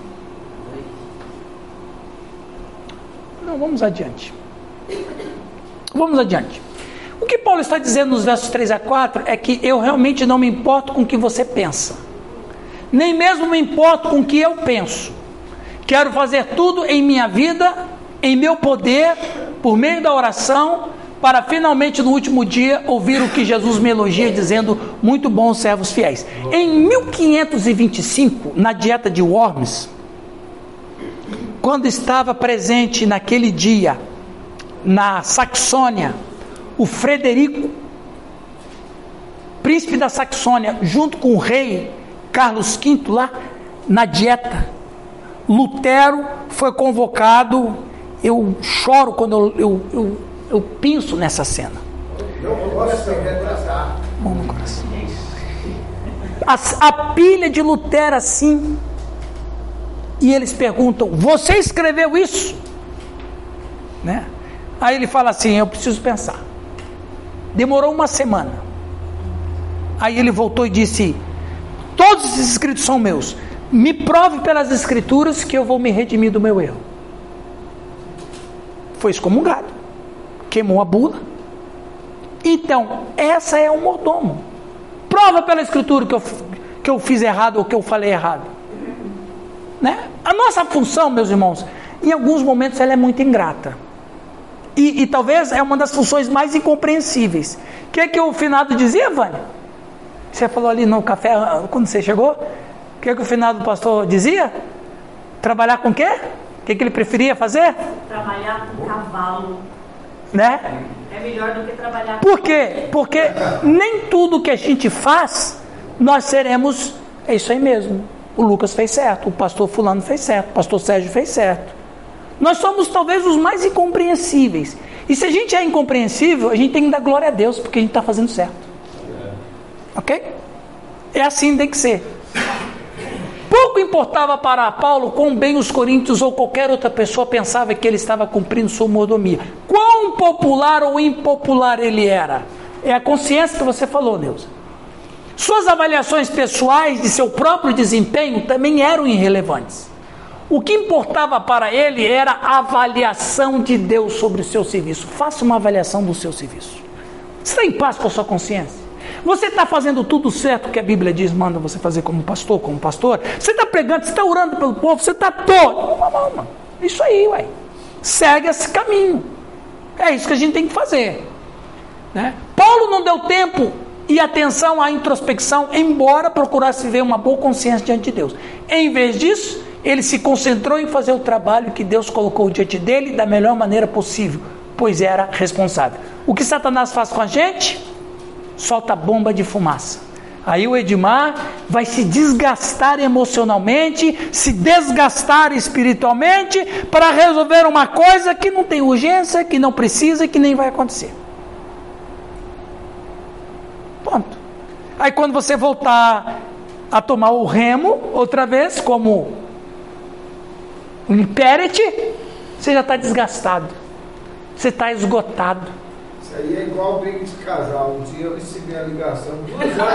Não, vamos adiante. O que Paulo está dizendo nos versos 3 a 4 é que eu realmente não me importo com o que você pensa. Nem mesmo me importo com o que eu penso. Quero fazer tudo em minha vida, em meu poder, por meio da oração, para finalmente no último dia ouvir o que Jesus me elogia dizendo: muito bons servos fiéis. Em 1525, na dieta de Worms, quando estava presente naquele dia na Saxônia o Frederico, príncipe da Saxônia, junto com o rei Carlos V lá na dieta, Lutero foi convocado. Eu choro quando eu penso nessa cena. Mão no coração. A pilha de Lutero assim. E eles perguntam: você escreveu isso? Né? Aí ele fala assim: eu preciso pensar. Demorou uma semana. Aí ele voltou e disse: todos esses escritos são meus. Me prove pelas escrituras que eu vou me redimir do meu erro. Foi excomungado. Queimou a bula. Então, essa é o mordomo. Prova pela escritura que eu fiz errado ou que eu falei errado. Né? A nossa função, meus irmãos, em alguns momentos ela é muito ingrata. E talvez é uma das funções mais incompreensíveis. O que o finado dizia, Vânia? Você falou ali no café quando você chegou? O que o finado pastor dizia? Trabalhar com o quê? O que ele preferia fazer? Trabalhar com cavalo. Né? É melhor do que trabalhar. Por quê? Porque nem tudo que a gente faz nós seremos. É isso aí mesmo. O Lucas fez certo, o pastor fulano fez certo, o pastor Sérgio fez certo. Nós somos talvez os mais incompreensíveis. E se a gente é incompreensível, a gente tem que dar glória a Deus, porque a gente está fazendo certo. Ok? É assim, tem que ser. Pouco importava para Paulo quão bem os coríntios ou qualquer outra pessoa pensava que ele estava cumprindo sua mordomia. Quão popular ou impopular ele era. É a consciência que você falou, Neuza. Suas avaliações pessoais de seu próprio desempenho também eram irrelevantes. O que importava para ele era a avaliação de Deus sobre o seu serviço. Faça uma avaliação do seu serviço. Você está em paz com a sua consciência? Você está fazendo tudo certo que a Bíblia diz, manda você fazer como pastor, como pastor? Você está pregando, você está orando pelo povo, você está todo. Não. Isso aí, ué. Segue esse caminho. É isso que a gente tem que fazer. Né? Paulo não deu tempo e atenção à introspecção, embora procurasse ver uma boa consciência diante de Deus. Em vez disso, ele se concentrou em fazer o trabalho que Deus colocou diante dele da melhor maneira possível, pois era responsável. O que Satanás faz com a gente? Solta bomba de fumaça. Aí o Edmar vai se desgastar emocionalmente, se desgastar espiritualmente para resolver uma coisa que não tem urgência, que não precisa e que nem vai acontecer. Ponto. Aí quando você voltar a tomar o remo outra vez, como o Impérite, você já está desgastado. Você está esgotado. Isso aí é igual briga de casal. Um dia eu recebi a ligação de 2 horas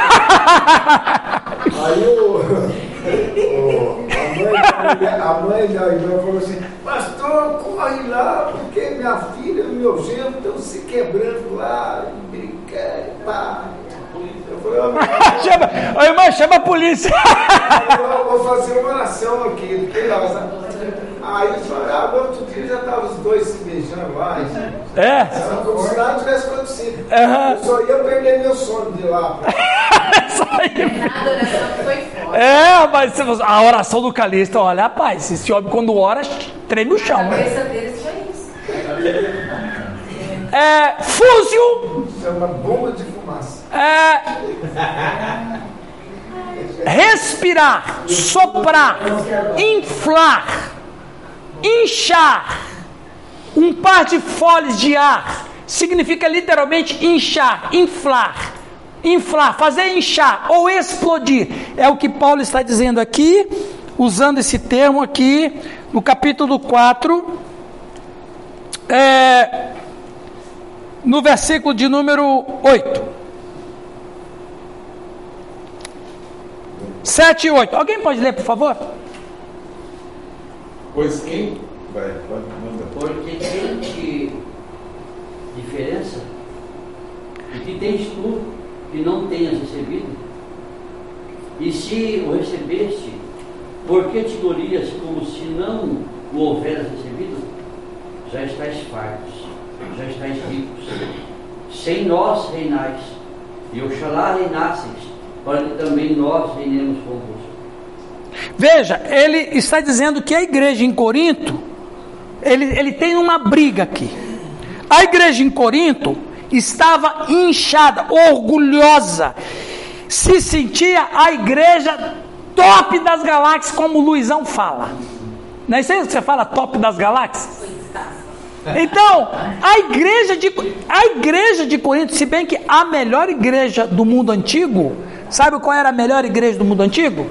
Aí a mãe da irmã falou assim: pastor, corre lá, porque minha filha e meu genro estão se quebrando lá, brincando, pá. Eu falei: irmã, chama a polícia. Eu vou fazer uma oração aqui, porque lá, aí no outro dia dia já estavam os dois se beijando lá. É. Como se nada tivesse acontecido. Uhum. Eu só ia perder meu sono de lá. A oração foi forte. Mas a oração do Calixto, olha, rapaz, esse homem quando ora, treme o chão. A cabeça deles foi isso. Fúzio. Chama bomba de fumaça. Respirar, soprar, inflar, inchar. Um par de folhas de ar significa literalmente inchar, inflar, fazer inchar ou explodir. É o que Paulo está dizendo aqui, usando esse termo aqui no capítulo 4, no versículo de número 8. 7 e 8. Alguém pode ler, por favor? Pois quem? Vai, pode mandar. Porque tem diferença o que tens tu que não tenhas recebido? E se o recebeste, por que te glorias como se não o houveras recebido? Já estáis fartos, já estáis ricos. Sem nós reinais, e oxalá reinasseis, para que também nós reinemos convosco. Veja, ele está dizendo que a igreja em Corinto, ele tem uma briga aqui. A igreja em Corinto estava inchada, orgulhosa, se sentia a igreja top das galáxias, como o Luizão fala. Não é isso aí que você fala, top das galáxias? Então, a igreja de Corinto, se bem que a melhor igreja do mundo antigo, sabe qual era a melhor igreja do mundo antigo?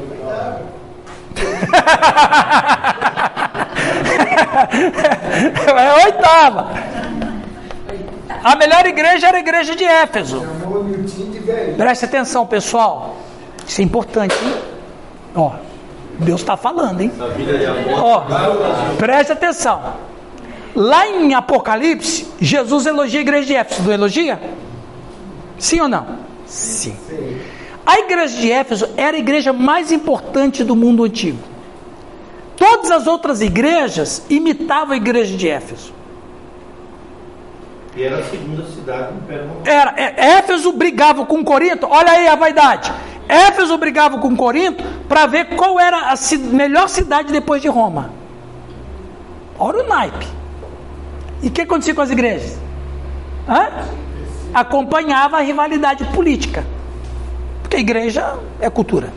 É a oitava. A melhor igreja era a igreja de Éfeso. Preste atenção, pessoal. Isso é importante, hein? Ó, Deus está falando, hein? Ó, preste atenção. Lá em Apocalipse, Jesus elogia a igreja de Éfeso. Não elogia? Sim ou não? Sim. A igreja de Éfeso era a igreja mais importante do mundo antigo. Todas as outras igrejas imitavam a igreja de Éfeso. E era a segunda cidade do Império Romano. Éfeso brigava com Corinto. Olha aí a vaidade. Éfeso brigava com Corinto para ver qual era a melhor cidade depois de Roma. Olha o naipe. E o que acontecia com as igrejas? Acompanhava a rivalidade política. Porque a igreja é cultura.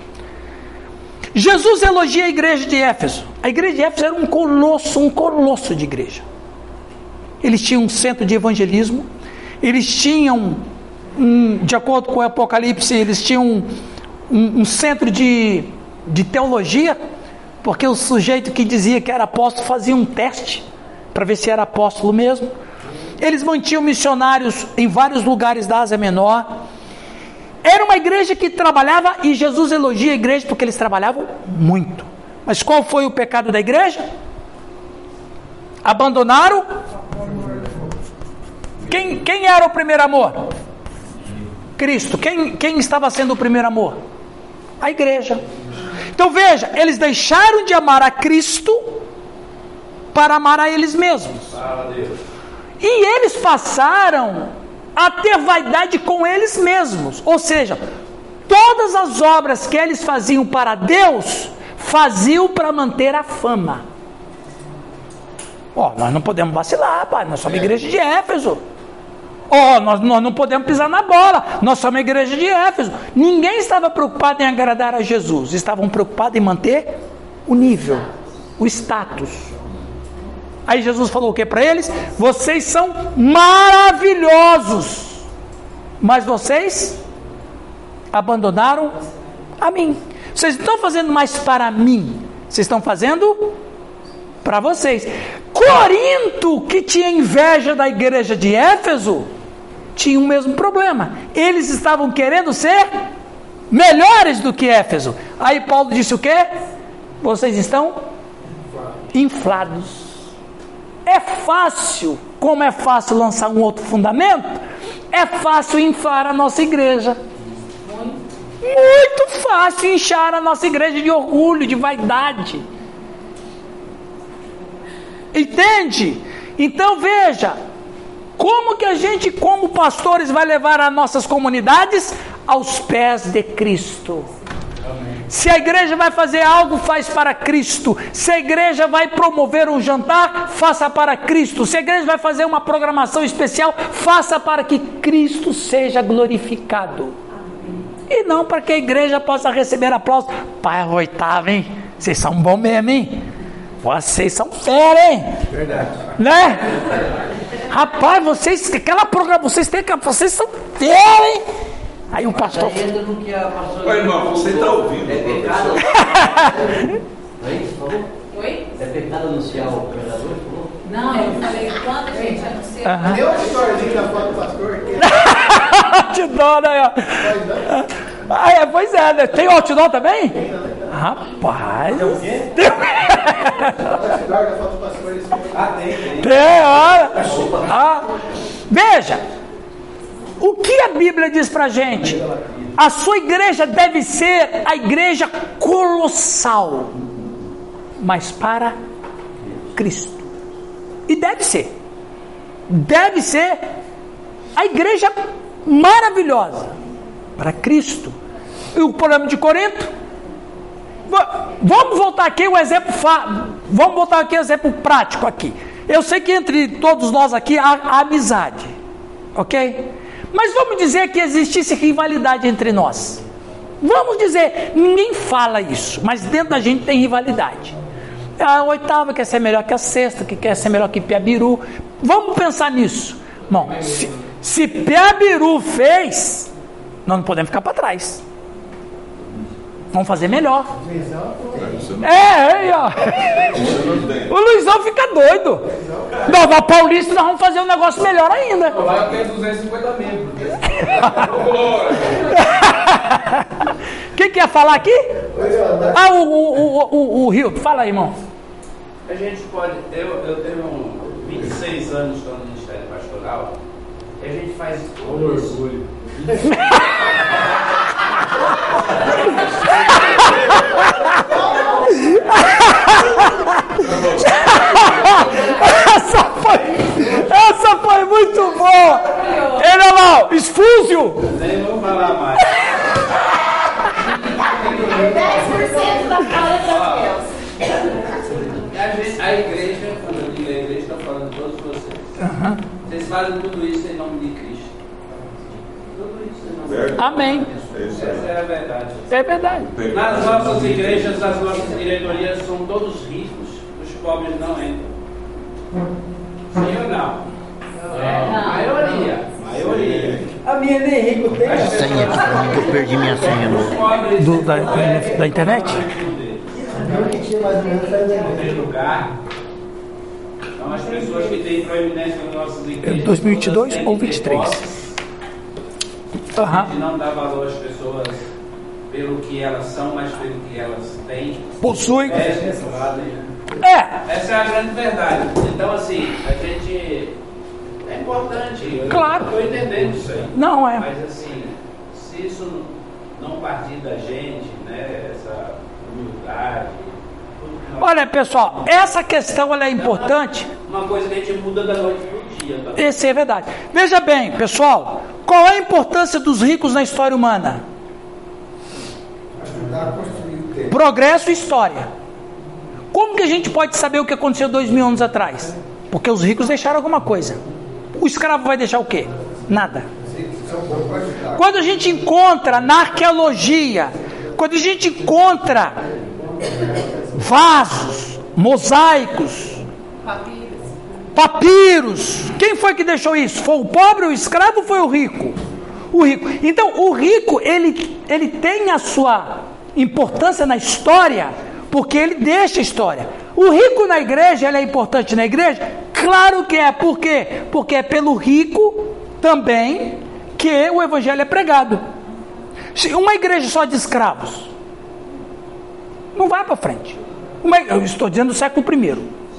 Jesus elogia a igreja de Éfeso. A igreja de Éfeso era um colosso de igreja. Eles tinham um centro de evangelismo. Eles tinham, de acordo com o Apocalipse, eles tinham um centro de teologia, porque o sujeito que dizia que era apóstolo fazia um teste para ver se era apóstolo mesmo. Eles mantinham missionários em vários lugares da Ásia Menor. Era uma igreja que trabalhava, e Jesus elogia a igreja porque eles trabalhavam muito. Mas qual foi o pecado da igreja? Abandonaram. Quem era o primeiro amor? Cristo. Quem estava sendo o primeiro amor? A igreja. Então veja, eles deixaram de amar a Cristo para amar a eles mesmos. E eles passaram a ter vaidade com eles mesmos. Ou seja, todas as obras que eles faziam para Deus, faziam para manter a fama. Nós não podemos vacilar, pai. Nós somos a igreja de Éfeso. Nós não podemos pisar na bola. Nós somos a igreja de Éfeso. Ninguém estava preocupado em agradar a Jesus. Estavam preocupados em manter o nível, o status. Aí Jesus falou o que para eles? Vocês são maravilhosos, mas vocês abandonaram a mim. Vocês não estão fazendo mais para mim, vocês estão fazendo para vocês. Corinto, que tinha inveja da igreja de Éfeso, tinha o mesmo problema. Eles estavam querendo ser melhores do que Éfeso. Aí Paulo disse o quê? Vocês estão inflados. É fácil, como é fácil lançar um outro fundamento, é fácil inflar a nossa igreja. Muito fácil inchar a nossa igreja de orgulho, de vaidade. Entende? Então veja, como que a gente, como pastores, vai levar as nossas comunidades aos pés de Cristo? Se a igreja vai fazer algo, faz para Cristo. Se a igreja vai promover um jantar, faça para Cristo. Se a igreja vai fazer uma programação especial, faça para que Cristo seja glorificado. E não para que a igreja possa receber aplausos. Pai, oitavo, hein? Vocês são bons mesmo, hein? Vocês são fera, hein? Verdade. Né? Rapaz, vocês são fera, hein? Aí o pastor... Entra no que a pastora... Oi, irmão, você está ouvindo? É pecado... Oi, você falou? Oi? É pecado anunciar o pregador, falou? Não, eu falei, quando a gente anuncia... Deu um storyzinho da foto do pastor aqui. Outdoor aí, ó. Pois é, né? Tem outdoor também? Tem. Rapaz. Tem o quê? Outdoor da foto do pastor. Tem. Tem, olha. Veja, o que a Bíblia diz pra gente? A sua igreja deve ser a igreja colossal, mas para Cristo. E deve ser a igreja maravilhosa para Cristo. E o problema de Corinto, vamos voltar aqui o exemplo vamos voltar aqui o exemplo prático aqui. Eu sei que entre todos nós aqui há amizade, ok? Mas vamos dizer que existisse rivalidade entre nós. Vamos dizer, ninguém fala isso, mas dentro da gente tem rivalidade. A oitava quer ser melhor que a sexta, que quer ser melhor que Piabiru. Vamos pensar nisso. Bom, se Piabiru fez, nós não podemos ficar para trás. Vamos fazer melhor. Aí, ó. O Luizão fica doido. Nova Paulista, nós vamos fazer um negócio melhor ainda. Lá eu tenho 250 membros. Quem quer falar aqui? O Rio. Fala aí, irmão. A gente pode. Eu tenho 26 anos no Ministério Pastoral. E a gente faz todo orgulho. Essa foi muito boa. Ele lá, esfúzio. Nem vou falar mais. 10% da fala A igreja, quando eu digo a igreja, estou falando de todos vocês. Vocês fazem tudo isso em nome de Cristo. Tudo isso em nome de Cristo. Amém. Essa é a verdade. É verdade. Nas nossas igrejas, as nossas diretorias são todos ricos, os pobres não entram. Sim ou não? Maioria. A minha nem rico tem. A senha aqui pra mim, que eu perdi minha senha Da internet? Eu que tinha mais ou menos saído da igreja. Lugar. Então, as pessoas que têm proeminência nas nossas igrejas. 2022 ou 23? A gente não dá valor às pessoas pelo que elas são, mas pelo que elas têm. Possui. Essa é a grande verdade. Então, assim, a gente. É importante. Claro. Eu estou entendendo isso aí. Não é. Mas, assim, se isso não partir da gente, né, essa humildade. Olha, pessoal, essa questão ela é importante. Uma coisa que a gente muda da noite para o dia. Tá? Esse é verdade. Veja bem, pessoal, qual é a importância dos ricos na história humana? Ajudar a construir o tempo. Progresso e história. Como que a gente pode saber o que aconteceu 2000 anos atrás? Porque os ricos deixaram alguma coisa. O escravo vai deixar o quê? Nada. Quando a gente encontra na arqueologia, quando a gente encontra vasos, mosaicos, papiros, quem foi que deixou isso? Foi o pobre, o escravo ou foi o rico? O rico. Então o rico ele tem a sua importância na história, porque ele deixa a história. O rico na igreja, ele é importante na igreja? Claro que é. Por quê? Porque é pelo rico também que o evangelho é pregado. Uma igreja só de escravos não vai para frente. Eu estou dizendo do século I.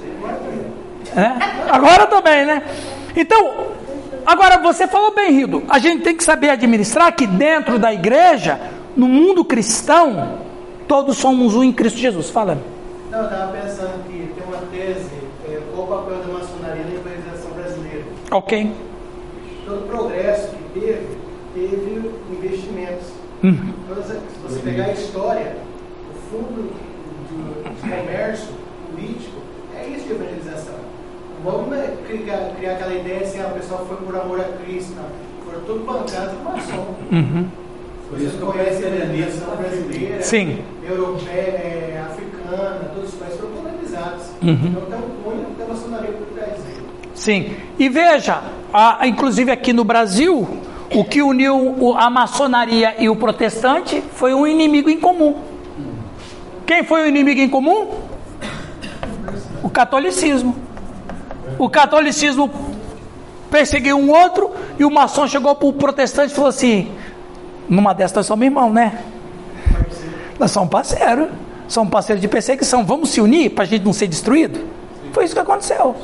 Agora também, né? Então, agora você falou bem, Rido. A gente tem que saber administrar que dentro da igreja, no mundo cristão, todos somos um em Cristo Jesus. Fala. Não, eu estava pensando que tem uma tese qual o papel da maçonaria na evangelização brasileira? Ok. Todo o progresso que teve investimentos. Se você pegar a história, o fundo de comércio político, é isso de evangelização. Vamos criar aquela ideia assim, a pessoa foi por amor a Cristo, não. Foram tudo bancados por maçom. Por isso Você conhece a evangelização brasileira, Sim. europeia, africana, todos os países foram colonizados. Então tem um cunho da maçonaria por trás dele. Sim. E veja, inclusive aqui no Brasil, o que uniu a maçonaria e o protestante foi um inimigo em comum. Quem foi o inimigo em comum? O catolicismo. O catolicismo perseguiu um outro e o maçom chegou para o protestante e falou assim: numa dessas nós somos irmãos, né? Nós somos parceiros de perseguição, vamos se unir para a gente não ser destruído? Foi isso que aconteceu.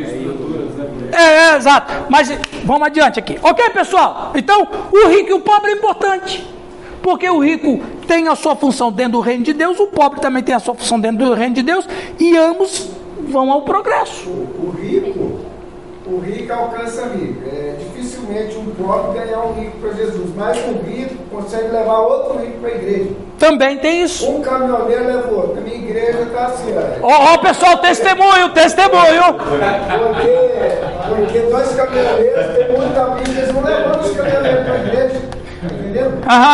Exato. Mas vamos adiante aqui. Ok, pessoal? Então, o rico e o pobre é importante. Porque o rico tem a sua função dentro do reino de Deus, o pobre também tem a sua função dentro do reino de Deus, e ambos vão ao progresso. O rico alcança rico. Dificilmente um pobre ganhar um rico para Jesus, mas um rico consegue levar outro rico para a igreja. Também tem isso. Um caminhoneiro levou, a minha igreja está assim. Ó, pessoal, testemunho. Porque dois caminhoneiros, tem muito amigo, eles não levam os caminhoneiros para a igreja. Entendeu?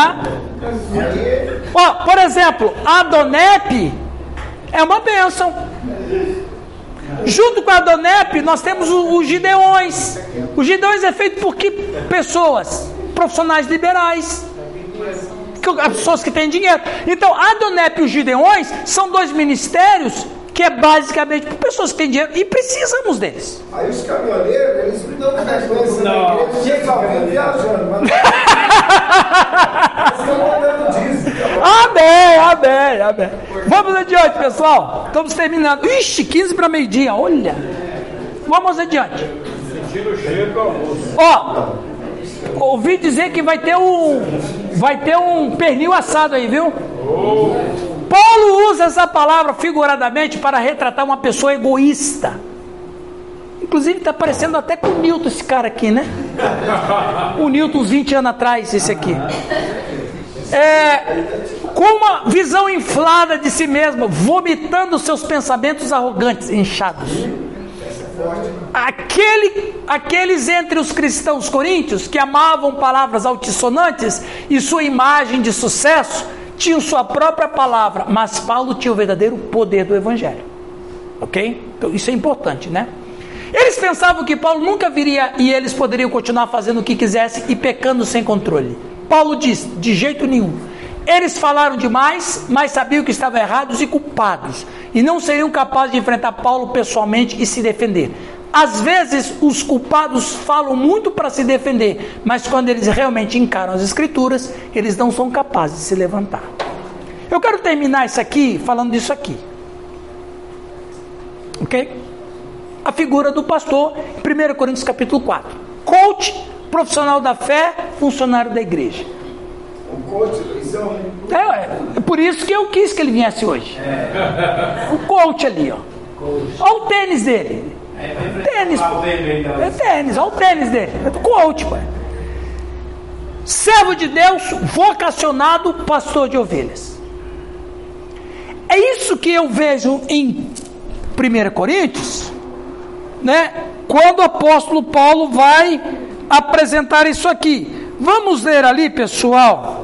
Ó, por exemplo, a Donep é uma bênção. Junto com a Donep, nós temos os Gideões. Os Gideões é feito por que pessoas? Profissionais liberais. As pessoas que têm dinheiro. Então, a Donep e os Gideões são dois ministérios que é basicamente por pessoas que têm dinheiro e precisamos deles. Aí os caminhoneiros, eles me dão frequência na igreja, só vem viajando. Mas estão mandando disso. Amém. Vamos adiante, pessoal. Estamos terminando. Ixi, 15 para meio-dia, olha. Vamos adiante. Sentindo o cheiro do almoço. Ó, ouvi dizer que vai ter um pernil assado aí, viu? Paulo usa essa palavra figuradamente para retratar uma pessoa egoísta. Inclusive está parecendo até com o Newton esse cara aqui, né? O Newton uns 20 anos atrás, esse aqui. Com uma visão inflada de si mesmo, vomitando seus pensamentos arrogantes, inchados. Aqueles entre os cristãos coríntios que amavam palavras altissonantes e sua imagem de sucesso tinham sua própria palavra, mas Paulo tinha o verdadeiro poder do evangelho. Ok? Então isso é importante, né? Eles pensavam que Paulo nunca viria e eles poderiam continuar fazendo o que quisessem e pecando sem controle. Paulo diz: de jeito nenhum. Eles falaram demais, mas sabiam que estavam errados e culpados, e não seriam capazes de enfrentar Paulo pessoalmente e se defender. Às vezes os culpados falam muito para se defender, mas quando eles realmente encaram as escrituras, eles não são capazes de se levantar. Eu quero terminar isso aqui falando disso aqui. Ok? A figura do pastor, em 1 Coríntios capítulo 4. Coach, profissional da fé, funcionário da igreja. O coach, é por isso que eu quis que ele viesse hoje. O coach ali, ó. Olha o tênis dele. Tênis, olha o tênis dele. É do coach, pô. Servo de Deus, vocacionado, pastor de ovelhas. É isso que eu vejo em 1 Coríntios, né? Quando o apóstolo Paulo vai apresentar isso aqui. Vamos ler ali, pessoal.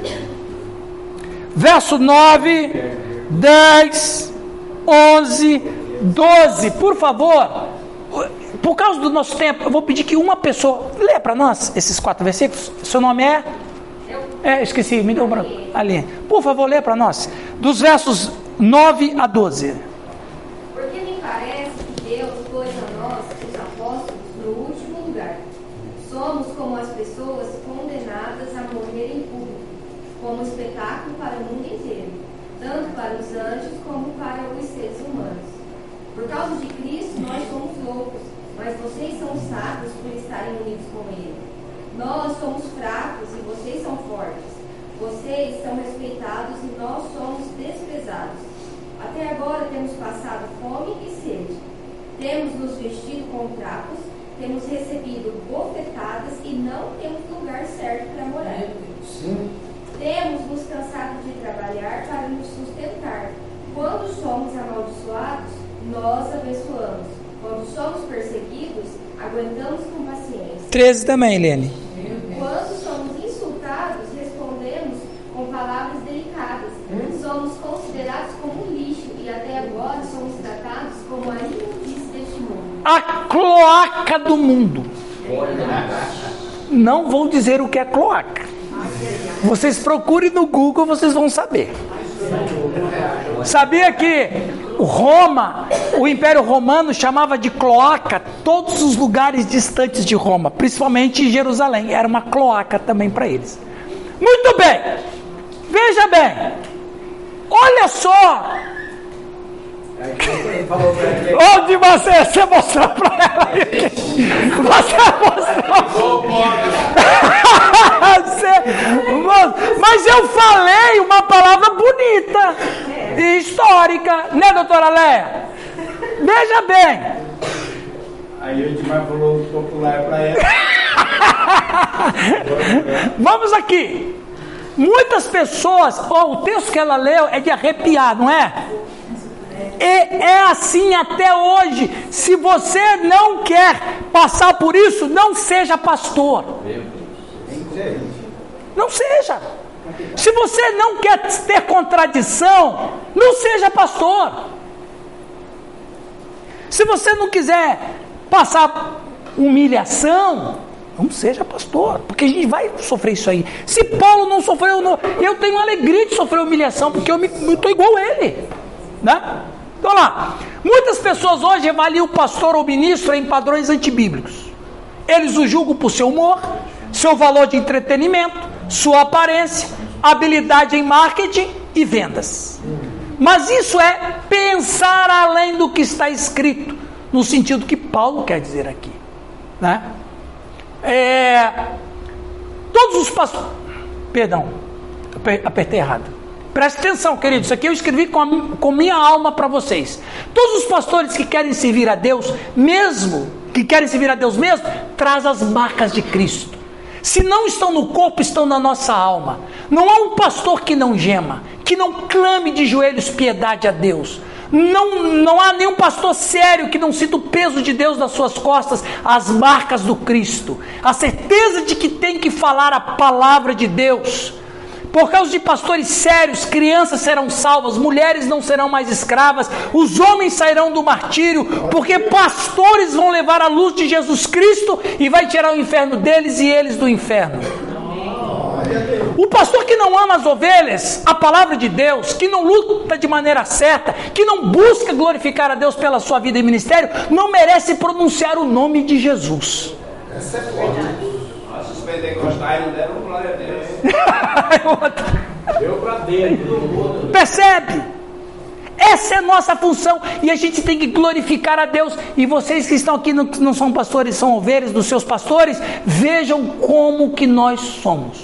Verso 9, 10, 11, 12. Por favor, por causa do nosso tempo, eu vou pedir que uma pessoa lê para nós esses 4 versículos. Seu nome é? Esqueci, me deu um branco. Ali. Por favor, lê para nós. Dos versos 9 a 12. Porque me parece que Deus pôs a nós, os apóstolos, no último lugar. Somos como as pessoas condenadas a morrer em público, como espetáculo para o mundo inteiro, tanto para os anjos como para os seres humanos. Por causa de Cristo, nós somos loucos, mas vocês são sábios por estarem unidos com Ele. Nós somos fracos e vocês são fortes. Vocês são respeitados e nós somos desprezados. Até agora temos passado fome e sede. Temos nos vestido com trapos, temos recebido bofetadas e não temos lugar certo para morar. Sim. Temos nos cansado de trabalhar para nos sustentar. Quando somos amaldiçoados, nós abençoamos. Quando somos perseguidos, aguentamos com paciência. 13 também, Helene. Quando somos insultados, respondemos com palavras delicadas. Somos considerados como lixo e até agora somos tratados como a imundície deste mundo. A cloaca do mundo. Não vou dizer o que é cloaca. Vocês procurem no Google, vocês vão saber. Sabia que Roma, o Império Romano chamava de cloaca todos os lugares distantes de Roma, principalmente Jerusalém. Era uma cloaca também para eles. Muito bem. Veja bem. Olha só. Onde você mostrou para ela? Você mostrou. Mas eu falei uma palavra bonita e histórica, né, doutora Léa? Veja bem. Aí o Edmar falou popular para ela. Vamos aqui. Muitas pessoas, o texto que ela leu é de arrepiar, não é? E é assim até hoje. Se você não quer passar por isso, não seja pastor. Não seja. Se você não quer ter contradição, não seja pastor. Se você não quiser passar humilhação, não seja pastor, porque a gente vai sofrer isso aí. Se Paulo não sofreu, eu tenho alegria de sofrer humilhação, porque eu estou igual a ele, né? Então lá, muitas pessoas hoje avaliam o pastor ou ministro em padrões antibíblicos. Eles o julgam por seu humor, seu valor de entretenimento, sua aparência, habilidade em marketing e vendas. Mas isso é pensar além do que está escrito, no sentido que Paulo quer dizer aqui, né? Todos os pastores... Perdão, apertei errado. Preste atenção, querido, isso aqui eu escrevi com minha alma para vocês. Todos os pastores que querem servir a Deus mesmo, traz as marcas de Cristo. Se não estão no corpo, estão na nossa alma. Não há um pastor que não gema, que não clame de joelhos piedade a Deus. Não há nenhum pastor sério que não sinta o peso de Deus nas suas costas, as marcas do Cristo, a certeza de que tem que falar a palavra de Deus. Por causa de pastores sérios, crianças serão salvas, mulheres não serão mais escravas, os homens sairão do martírio, porque pastores vão levar a luz de Jesus Cristo e vai tirar o inferno deles e eles do inferno. O pastor que não ama as ovelhas, a palavra de Deus, que não luta de maneira certa, que não busca glorificar a Deus pela sua vida e ministério, não merece pronunciar o nome de Jesus. Essa é forte. Os pentecostais não deram glória a Deus. Deu pra dentro. Percebe? Essa é a nossa função e a gente tem que glorificar a Deus. E vocês que estão aqui não são pastores, são ovelhas dos seus pastores, vejam como que nós somos.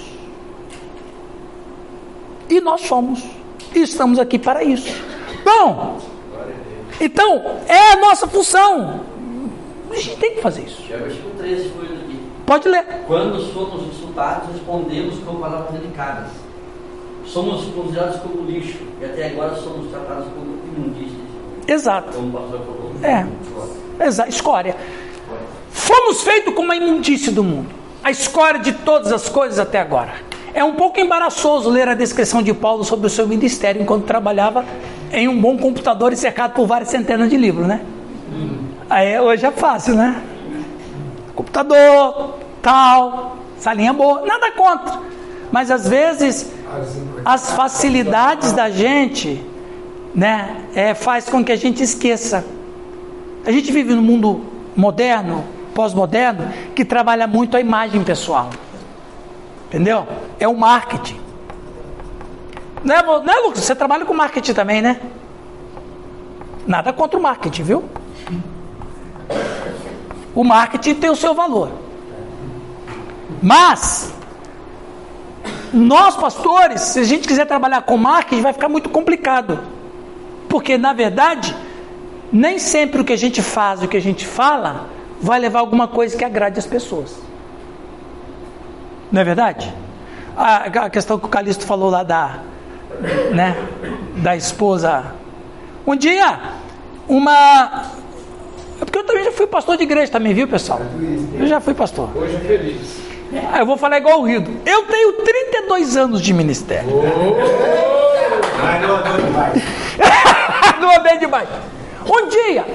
E nós somos. E estamos aqui para isso. Bom, então é a nossa função. A gente tem que fazer isso. Já versículo 13 foi aqui. Pode ler. Quando somos insultados, respondemos com palavras delicadas. Somos considerados como lixo e até agora somos tratados como imundícies. Exato. Como o pastor falou. Exato. Escória. Fomos feitos como a imundície do mundo, a escória de todas as coisas até agora. É um pouco embaraçoso ler a descrição de Paulo sobre o seu ministério enquanto trabalhava em um bom computador e cercado por várias centenas de livros, né? Aí hoje é fácil, né? Computador, tal, salinha boa, nada contra. Mas às vezes as facilidades da gente, né, faz com que a gente esqueça. A gente vive num mundo moderno, pós-moderno, que trabalha muito a imagem pessoal. Entendeu? É o marketing. Não é, Lucas? Você trabalha com marketing também, né? Nada contra o marketing, viu? O marketing tem o seu valor. Mas nós pastores, se a gente quiser trabalhar com marketing, vai ficar muito complicado. Porque na verdade nem sempre o que a gente faz, o que a gente fala, vai levar a alguma coisa que agrade as pessoas. Não é verdade? A questão que o Calixto falou lá da esposa. Um dia, porque eu também já fui pastor de igreja também, viu, pessoal? Eu já fui pastor. Hoje é feliz. Eu vou falar igual o Rido. Eu tenho 32 anos de ministério. Não andei demais. Um dia,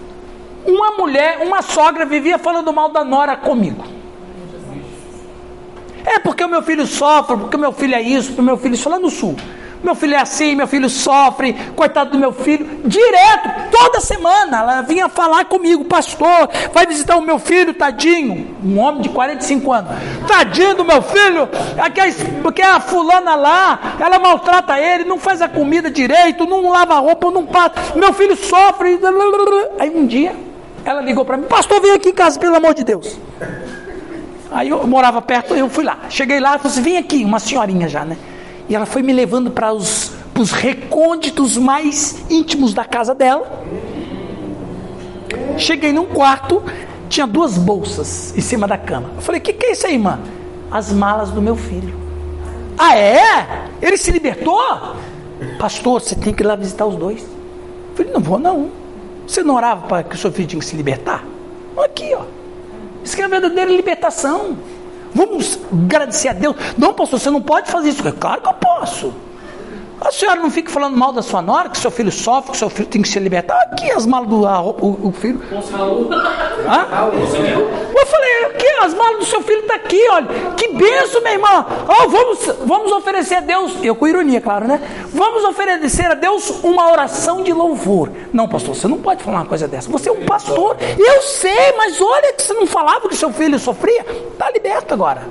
uma sogra vivia falando mal da nora comigo. Porque o meu filho sofre, porque o meu filho é isso, porque o meu filho, isso lá no sul. Meu filho é assim, meu filho sofre, coitado do meu filho. Direto, toda semana, ela vinha falar comigo, pastor, vai visitar o meu filho, tadinho. Um homem de 45 anos. Tadinho do meu filho, porque a fulana lá, ela maltrata ele, não faz a comida direito, não lava a roupa, não passa. Meu filho sofre. Aí um dia, ela ligou para mim, pastor, vem aqui em casa, pelo amor de Deus. Aí eu morava perto, eu fui lá. Cheguei lá, ela falou assim, vem aqui, uma senhorinha já, né? E ela foi me levando para os recônditos mais íntimos da casa dela. Cheguei num quarto, tinha 2 bolsas em cima da cama. Eu falei, o que é isso aí, irmã? As malas do meu filho. Ah, é? Ele se libertou? Pastor, você tem que ir lá visitar os 2. Eu falei, não vou não. Você não orava para que o seu filho tinha que se libertar? Aqui, ó. Isso que é a verdadeira libertação. Vamos agradecer a Deus. Não, pastor, você não pode fazer isso. Claro que eu posso. A senhora não fica falando mal da sua nora, que seu filho sofre, que seu filho tem que se libertar. Aqui as malas do filho. Hã? Eu falei, aqui as malas do seu filho estão aqui, olha. Que benção, minha irmã. Vamos oferecer a Deus, eu com ironia, claro, né? Vamos oferecer a Deus uma oração de louvor. Não, pastor, você não pode falar uma coisa dessa. Você é um pastor. Eu sei, mas olha que você não falava que seu filho sofria. Está liberto agora.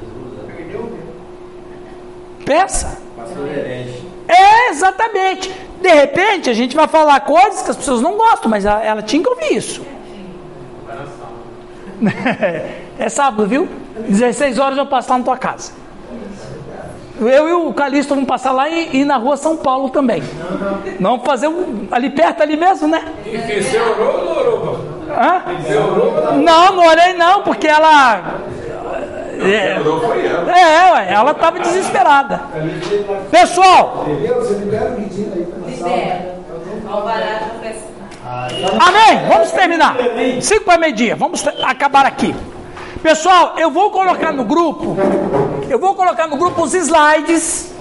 Peça. Exatamente. De repente a gente vai falar coisas que as pessoas não gostam, mas ela tinha que ouvir isso. É sábado, viu? 16 horas eu passo lá na tua casa. Eu e o Calixto vamos passar lá e na rua São Paulo também. Não vamos fazer ali perto, ali mesmo, né? E você orou ou não orou? Hã? Você orou? Não orei não, porque ela... ela estava desesperada. Pessoal, amém? Vamos terminar. 5 para meio-dia. Vamos acabar aqui. Pessoal, eu vou colocar no grupo os slides